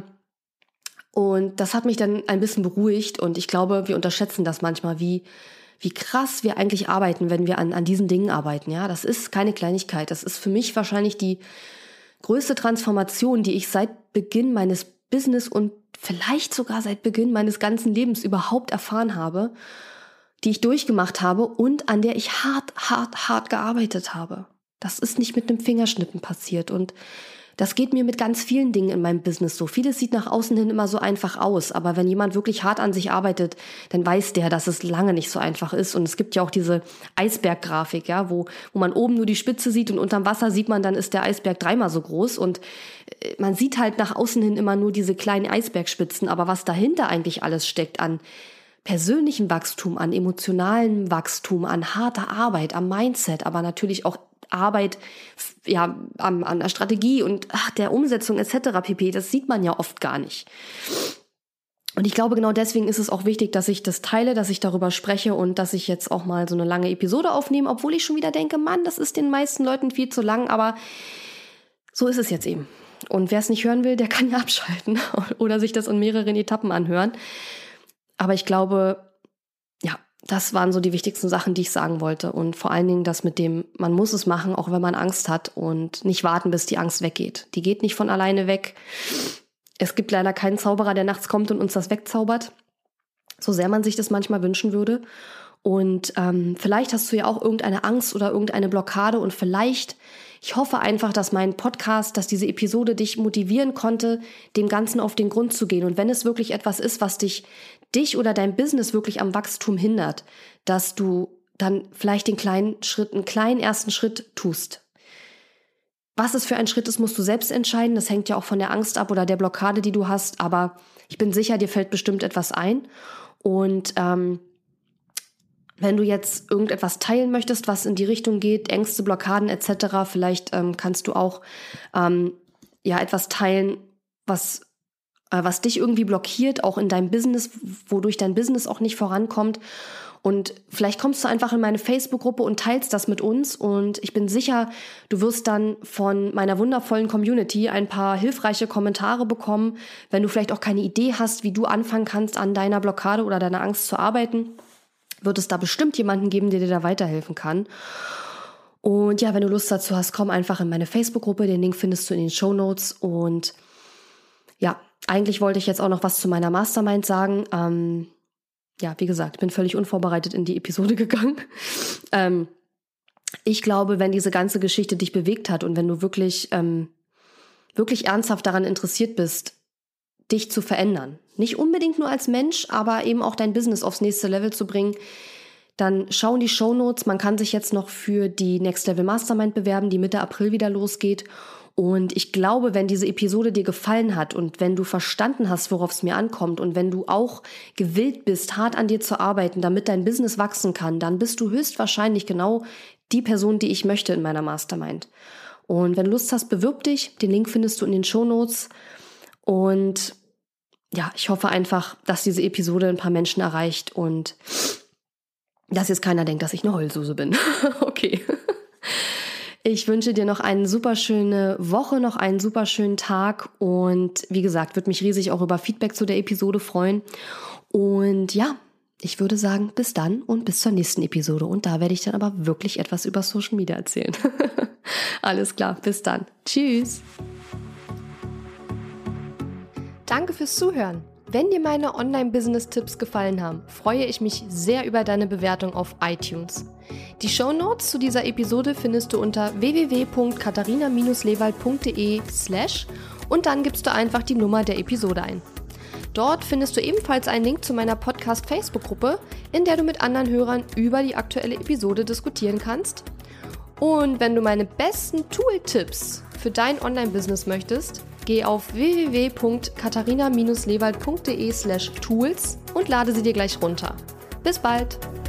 und das hat mich dann ein bisschen beruhigt und ich glaube, wir unterschätzen das manchmal, wie wie krass wir eigentlich arbeiten, wenn wir an, an diesen Dingen arbeiten. Ja, das ist keine Kleinigkeit. Das ist für mich wahrscheinlich die größte Transformation, die ich seit Beginn meines Business und vielleicht sogar seit Beginn meines ganzen Lebens überhaupt erfahren habe, die ich durchgemacht habe und an der ich hart, hart, hart gearbeitet habe. Das ist nicht mit einem Fingerschnippen passiert und das geht mir mit ganz vielen Dingen in meinem Business so. Vieles sieht nach außen hin immer so einfach aus, aber wenn jemand wirklich hart an sich arbeitet, dann weiß der, dass es lange nicht so einfach ist. Und es gibt ja auch diese Eisberggrafik, ja, wo, wo man oben nur die Spitze sieht und unterm Wasser sieht man, dann ist der Eisberg dreimal so groß. Und man sieht halt nach außen hin immer nur diese kleinen Eisbergspitzen, aber was dahinter eigentlich alles steckt an persönlichem Wachstum, an emotionalem Wachstum, an harter Arbeit, am Mindset, aber natürlich auch Arbeit ja, an, an der Strategie und ach, der Umsetzung et cetera pp., das sieht man ja oft gar nicht. Und ich glaube, genau deswegen ist es auch wichtig, dass ich das teile, dass ich darüber spreche und dass ich jetzt auch mal so eine lange Episode aufnehme, obwohl ich schon wieder denke, Mann, das ist den meisten Leuten viel zu lang, aber so ist es jetzt eben. und wer es nicht hören will, der kann ja abschalten oder sich das in mehreren Etappen anhören. Aber ich glaube, ja, das waren so die wichtigsten Sachen, die ich sagen wollte. Und vor allen Dingen das mit dem, man muss es machen, auch wenn man Angst hat und nicht warten, bis die Angst weggeht. Die geht nicht von alleine weg. Es gibt leider keinen Zauberer, der nachts kommt und uns das wegzaubert, so sehr man sich das manchmal wünschen würde. Und ähm, vielleicht hast du ja auch irgendeine Angst oder irgendeine Blockade und vielleicht, ich hoffe einfach, dass mein Podcast, dass diese Episode dich motivieren konnte, dem Ganzen auf den Grund zu gehen. Und wenn es wirklich etwas ist, was dich, dich oder dein Business wirklich am Wachstum hindert, dass du dann vielleicht den kleinen Schritt, einen kleinen ersten Schritt tust. Was es für ein Schritt ist, musst du selbst entscheiden. Das hängt ja auch von der Angst ab oder der Blockade, die du hast. Aber ich bin sicher, dir fällt bestimmt etwas ein. Und ähm, wenn du jetzt irgendetwas teilen möchtest, was in die Richtung geht, Ängste, Blockaden et cetera, vielleicht ähm, kannst du auch ähm, ja etwas teilen, was äh, was dich irgendwie blockiert, auch in deinem Business, wodurch dein Business auch nicht vorankommt. Und vielleicht kommst du einfach in meine Facebook-Gruppe und teilst das mit uns. Und ich bin sicher, du wirst dann von meiner wundervollen Community ein paar hilfreiche Kommentare bekommen, wenn du vielleicht auch keine Idee hast, wie du anfangen kannst, an deiner Blockade oder deiner Angst zu arbeiten. Wird es da bestimmt jemanden geben, der dir da weiterhelfen kann. Und ja, wenn du Lust dazu hast, komm einfach in meine Facebook-Gruppe. Den Link findest du in den Shownotes. Und ja, eigentlich wollte ich jetzt auch noch was zu meiner Mastermind sagen. Ähm, ja, wie gesagt, ich bin völlig unvorbereitet in die Episode gegangen. Ähm, ich glaube, wenn diese ganze Geschichte dich bewegt hat und wenn du wirklich, ähm, wirklich ernsthaft daran interessiert bist, dich zu verändern, nicht unbedingt nur als Mensch, aber eben auch dein Business aufs nächste Level zu bringen, dann schau in die Shownotes. Man kann sich jetzt noch für die Next Level Mastermind bewerben, die Mitte April wieder losgeht. Und ich glaube, wenn diese Episode dir gefallen hat und wenn du verstanden hast, worauf es mir ankommt und wenn du auch gewillt bist, hart an dir zu arbeiten, damit dein Business wachsen kann, dann bist du höchstwahrscheinlich genau die Person, die ich möchte in meiner Mastermind. Und wenn du Lust hast, bewirb dich. Den Link findest du in den Shownotes. Und ja, ich hoffe einfach, dass diese Episode ein paar Menschen erreicht und dass jetzt keiner denkt, dass ich eine Heulsuse bin. Okay. Ich wünsche dir noch eine super schöne Woche, noch einen super schönen Tag und wie gesagt, würde mich riesig auch über Feedback zu der Episode freuen. Und ja, ich würde sagen, bis dann und bis zur nächsten Episode. Und da werde ich dann aber wirklich etwas über Social Media erzählen. Alles klar, bis dann. Tschüss. Danke fürs Zuhören. Wenn dir meine Online-Business-Tipps gefallen haben, freue ich mich sehr über deine Bewertung auf iTunes. Die Shownotes zu dieser Episode findest du unter w w w punkt katharina lewald punkt de slash und dann gibst du einfach die Nummer der Episode ein. Dort findest du ebenfalls einen Link zu meiner Podcast-Facebook-Gruppe, in der du mit anderen Hörern über die aktuelle Episode diskutieren kannst. Und wenn du meine besten Tool-Tipps für dein Online-Business möchtest, geh auf w w w punkt katharina lewald punkt de slash tools und lade sie dir gleich runter. Bis bald!